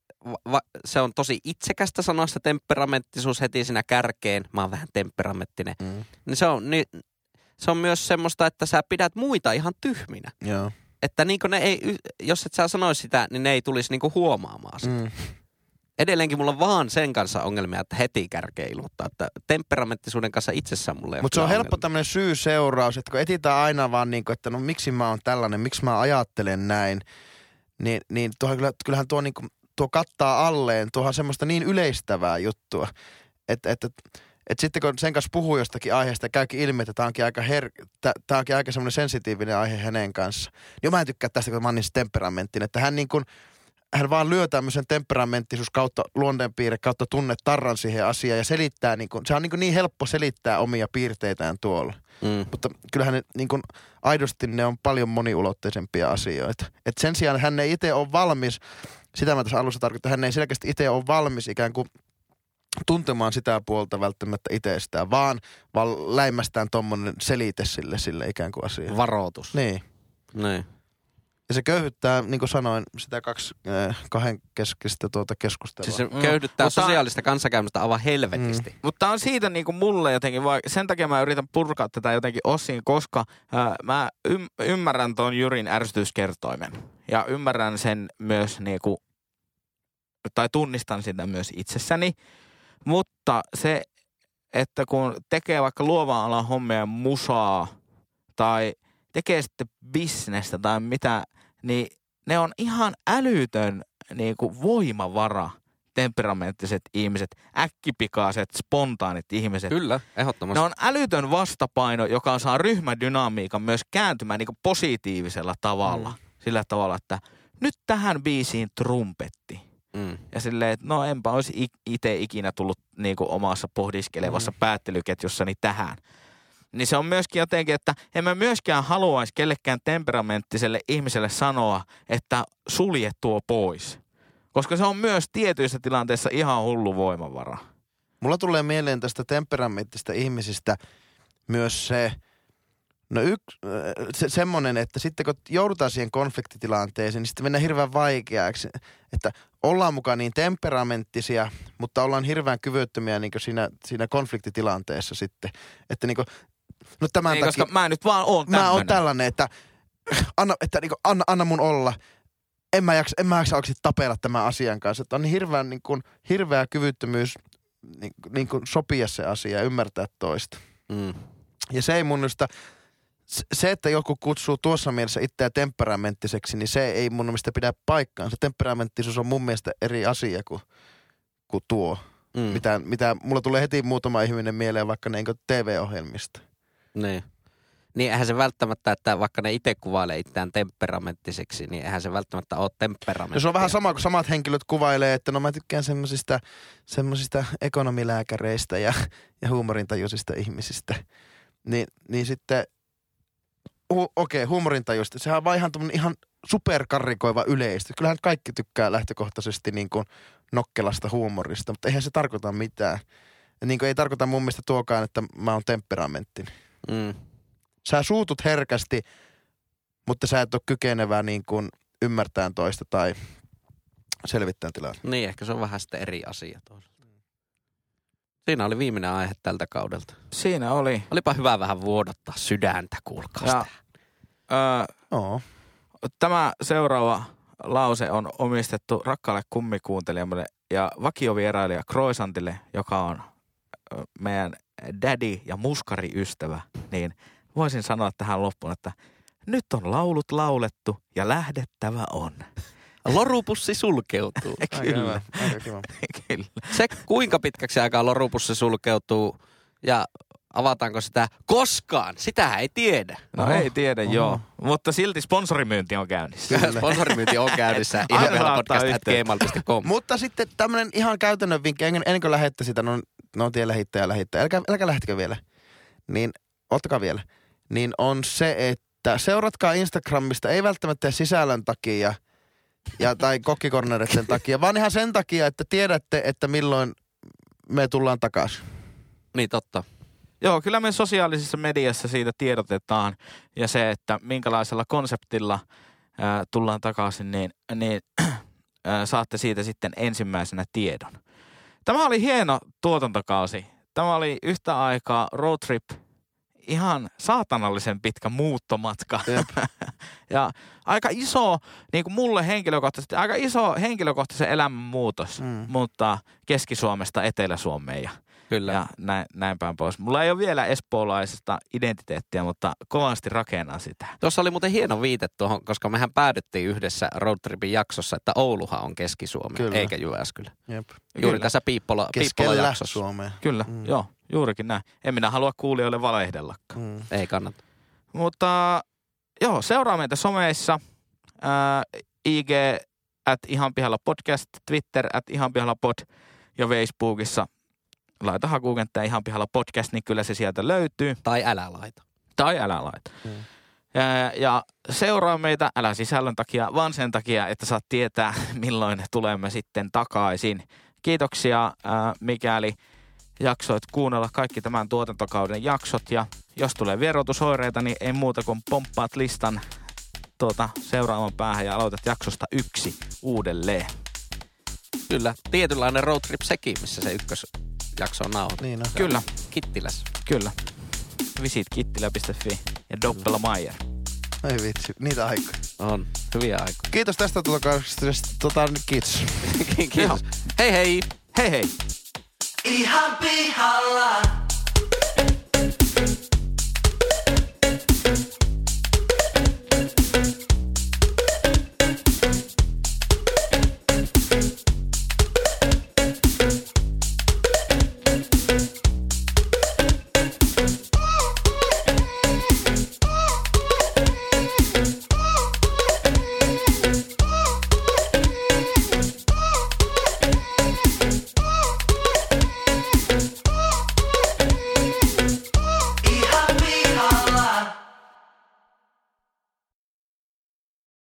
va, se on tosi itsekästä sanoa se temperamenttisuus heti siinä kärkeen. Mä oon vähän temperamenttinen. Mm. Niin se on, niin, se on myös semmoista, että sä pidät muita ihan tyhminä. Joo. Että niin ne ei, jos et sä sanoisi sitä, niin ne ei tulisi niin huomaamaan sitä. Mm. Edelleenkin mulla on vaan sen kanssa ongelmia, että heti kärkeä ilmoittaa, että temperamenttisuuden kanssa itsessään mulla ei. Mutta se on helppo tämmöinen syy-seuraus, että kun etsitään aina vaan niin kuin, että no miksi mä oon tällainen, miksi mä ajattelen näin, niin, niin tuohon, kyllähän tuo, niin kuin, tuo kattaa alleen, tuohan semmoista niin yleistävää juttua, että, että, että sitten kun sen kanssa puhuu jostakin aiheesta ja käykin ilmi, että tämä onkin aika, her- tää onkin aika semmoinen sensitiivinen aihe hänen kanssa, niin mä en tykkää tästä, kun mä oon niin temperamenttinen, että hän niin kuin hän vaan lyö tämmöisen temperamenttisuus kautta luonteenpiirre kautta tunne tarran siihen asiaan ja selittää, niin kuin, se on niin, kuin niin helppo selittää omia piirteitään tuolla. Mm. Mutta kyllähän ne, niin kuin, aidosti ne on paljon moniulotteisempia asioita. Et sen sijaan hän ei itse ole valmis, sitä mä tässä alussa tarkoitan, hän ei selkeästi itse ole valmis ikään kuin tuntemaan sitä puolta välttämättä itsestään, vaan, vaan läimästään tommonen selite sille, sille ikään kuin asiaan. Varoitus. Niin. Niin. Ja se köyhyttää, niin kuin sanoin, sitä kaksi, äh, kahden keskistä tuota keskustelua. Siis se köyhdyttää mm. sosiaalista kanssakäymistä aivan helvetisti. Mm. Mutta on siitä niin kuin mulle jotenkin, vai sen takia mä yritän purkaa tätä jotenkin osin, koska äh, mä ym, ymmärrän ton Jyrin ärsytyskertoimen. Ja ymmärrän sen myös niin kuin, tai tunnistan sitä myös itsessäni. Mutta se, että kun tekee vaikka luovan alan hommia musaa tai tekee sitten bisnestä tai mitä, niin ne on ihan älytön niin kuin voimavara, temperamenttiset ihmiset, äkkipikaiset, spontaanit ihmiset. Kyllä, ehdottomasti. Ne on älytön vastapaino, joka saa ryhmädynamiikan myös kääntymään niin kuin positiivisella tavalla. Mm. Sillä tavalla, että nyt tähän biisiin trumpetti. Mm. Ja silleen, että no enpä olisi itse ikinä tullut niin kuin omassa pohdiskelevassa mm. päättelyketjussani tähän. Niin se on myöskin jotenkin, että en mä myöskään haluaisi kellekään temperamenttiselle ihmiselle sanoa, että sulje tuo pois. Koska se on myös tietyissä tilanteissa ihan hullu voimavara. Mulla tulee mieleen tästä temperamenttista ihmisistä myös se, no yksi, se, semmoinen, että sitten kun joudutaan siihen konfliktitilanteeseen, niin sitten mennään hirveän vaikeaksi. Että ollaan mukaan niin temperamenttisia, mutta ollaan hirveän kyvyttömiä niin kuin siinä, siinä konfliktitilanteessa sitten. Että niin kuin, no tämän Ei, takia, koska mä nyt vaan oon tämmönen. Mä oon tällainen, että anna, että niinku, anna, anna mun olla. En mä jaksa, en mä jaksa oikeasti tapella tämän asian kanssa. Että on niin hirveän, niin kuin, hirveä kyvyttömyys niin, niin kuin sopia se asia ja ymmärtää toista. Mm. Ja se ei mun mielestä, se, että joku kutsuu tuossa mielessä itseä temperamenttiseksi, niin se ei mun mielestä pidä paikkaansa. Temperamenttisuus on mun mielestä eri asia kuin, kuin tuo. Mm. Mitä, mitä mulla tulee heti muutama ihminen mieleen vaikka ne T V-ohjelmista. Niin. Niin eihän se välttämättä, että vaikka ne itse kuvailee itseään temperamenttiseksi, niin eihän se välttämättä ole temperamenttia. Se on vähän sama, kun samat henkilöt kuvailee, että no mä tykkään semmosista, semmosista ekonomilääkäreistä ja, ja huumorintajuisista ihmisistä. Niin, niin sitten, hu, okei, okay, huumorintajuista, sehän on vaan ihan tämmönen ihan superkarrikoiva yleistö. Kyllähän kaikki tykkää lähtökohtaisesti niin kuin nokkelasta huumorista, mutta eihän se tarkoita mitään. Ja niin kuin ei tarkoita mun mielestä tuokaan, että mä oon temperamenttinen. Mm. Sä suutut herkästi, mutta sä et ole kykenevää niin kuin ymmärtämään toista tai selvittämään tilanne. Niin, ehkä se on vähän sitten eri asia toisaalta. Siinä oli viimeinen aihe tältä kaudelta. Siinä oli. Olipa hyvä vähän vuodottaa sydäntä, kuulkaa sitä. Öö, Oo. Tämä seuraava lause on omistettu rakkaalle kummikuuntelijamme ja vakiovierailija Croissantille, joka on meidän daddy ja muskariystävä, niin voisin sanoa tähän loppuun, että nyt on laulut laulettu ja lähdettävä on. Lorupussi sulkeutuu. Kyllä. Aika kiva. Kyllä. Se kuinka pitkäksi aikaa lorupussi sulkeutuu ja avataanko sitä koskaan, sitähän ei tiedä. No Oho. ei tiedä, Oho. joo. Mutta silti sponsorimyynti on käynnissä. Sponsorimyynti on käynnissä. Aina ihan vielä saattaa podcast at gmail piste com. Mutta sitten tämmönen ihan käytännön vinkki, ennen, ennen kuin lähette sitä, no, no tie lähettää ja lähettää, älkää, älkää lähtekö vielä, niin ottakaa vielä, niin on se, että seuratkaa Instagramista, ei välttämättä sisällön takia ja, tai kokkikornereiden takia, vaan ihan sen takia, että tiedätte, että milloin me tullaan takaisin. Niin totta. Joo, kyllä me sosiaalisessa mediassa siitä tiedotetaan ja se, että minkälaisella konseptilla ää, tullaan takaisin, niin, niin ää, saatte siitä sitten ensimmäisenä tiedon. Tämä oli hieno tuotantokausi. Tämä oli yhtä aikaa road trip, ihan saatanallisen pitkä muuttomatka. Ja aika iso, niin kuin mulle henkilökohtaisesti, aika iso henkilökohtaisen elämän muutos, Mm. mutta Keski-Suomesta Etelä-Suomeen ja Kyllä. Ja näin, näin päin pois. Mulla ei ole vielä espoolaisesta identiteettiä, mutta kovasti rakennan sitä. Tuossa oli muuten hieno viite tuohon, koska mehän päädyttiin yhdessä roadtripin jaksossa, että Ouluhan on Keski-Suomi, Kyllä. eikä Jyväskylä. Jep. Juuri Kyllä. tässä Piippola, Keskellä Piippola-jaksossa. Suomea. Kyllä, Mm. joo, juurikin näin. En minä halua kuulijoille valehdellakaan. Mm. Ei kannata. Mutta joo, seuraa meitä someissa. Ää, I G at ihan pihalla podcast, Twitter at ihan pihalla pod ja Facebookissa. Laita hakukenttään ihan pihalla podcast, niin kyllä se sieltä löytyy. Tai älä laita. Tai älä laita. Mm. Ja, ja seuraa meitä, älä sisällön takia, vaan sen takia, että saat tietää, milloin tulemme sitten takaisin. Kiitoksia, ää, mikäli jaksoit kuunnella kaikki tämän tuotantokauden jaksot. Ja jos tulee vieroitusoireita, niin ei muuta kuin pomppaat listan tuota seuraavan päähän ja aloitat jaksosta yksi uudelleen. Kyllä, tietynlainen roadtrip sekin, missä se ykkösjakso on nauhoitettu. Niin on. Kyllä, Kittilässä. kyllä. Visit kittilä piste fi ja Doppelmayr. Ei vitsi, niitä aikoja. On, hyviä aikoja. Kiitos tästä tulokauksesta. Tota, kiitos. Kiitos. Hei hei! Hei hei! Ihan pihalla.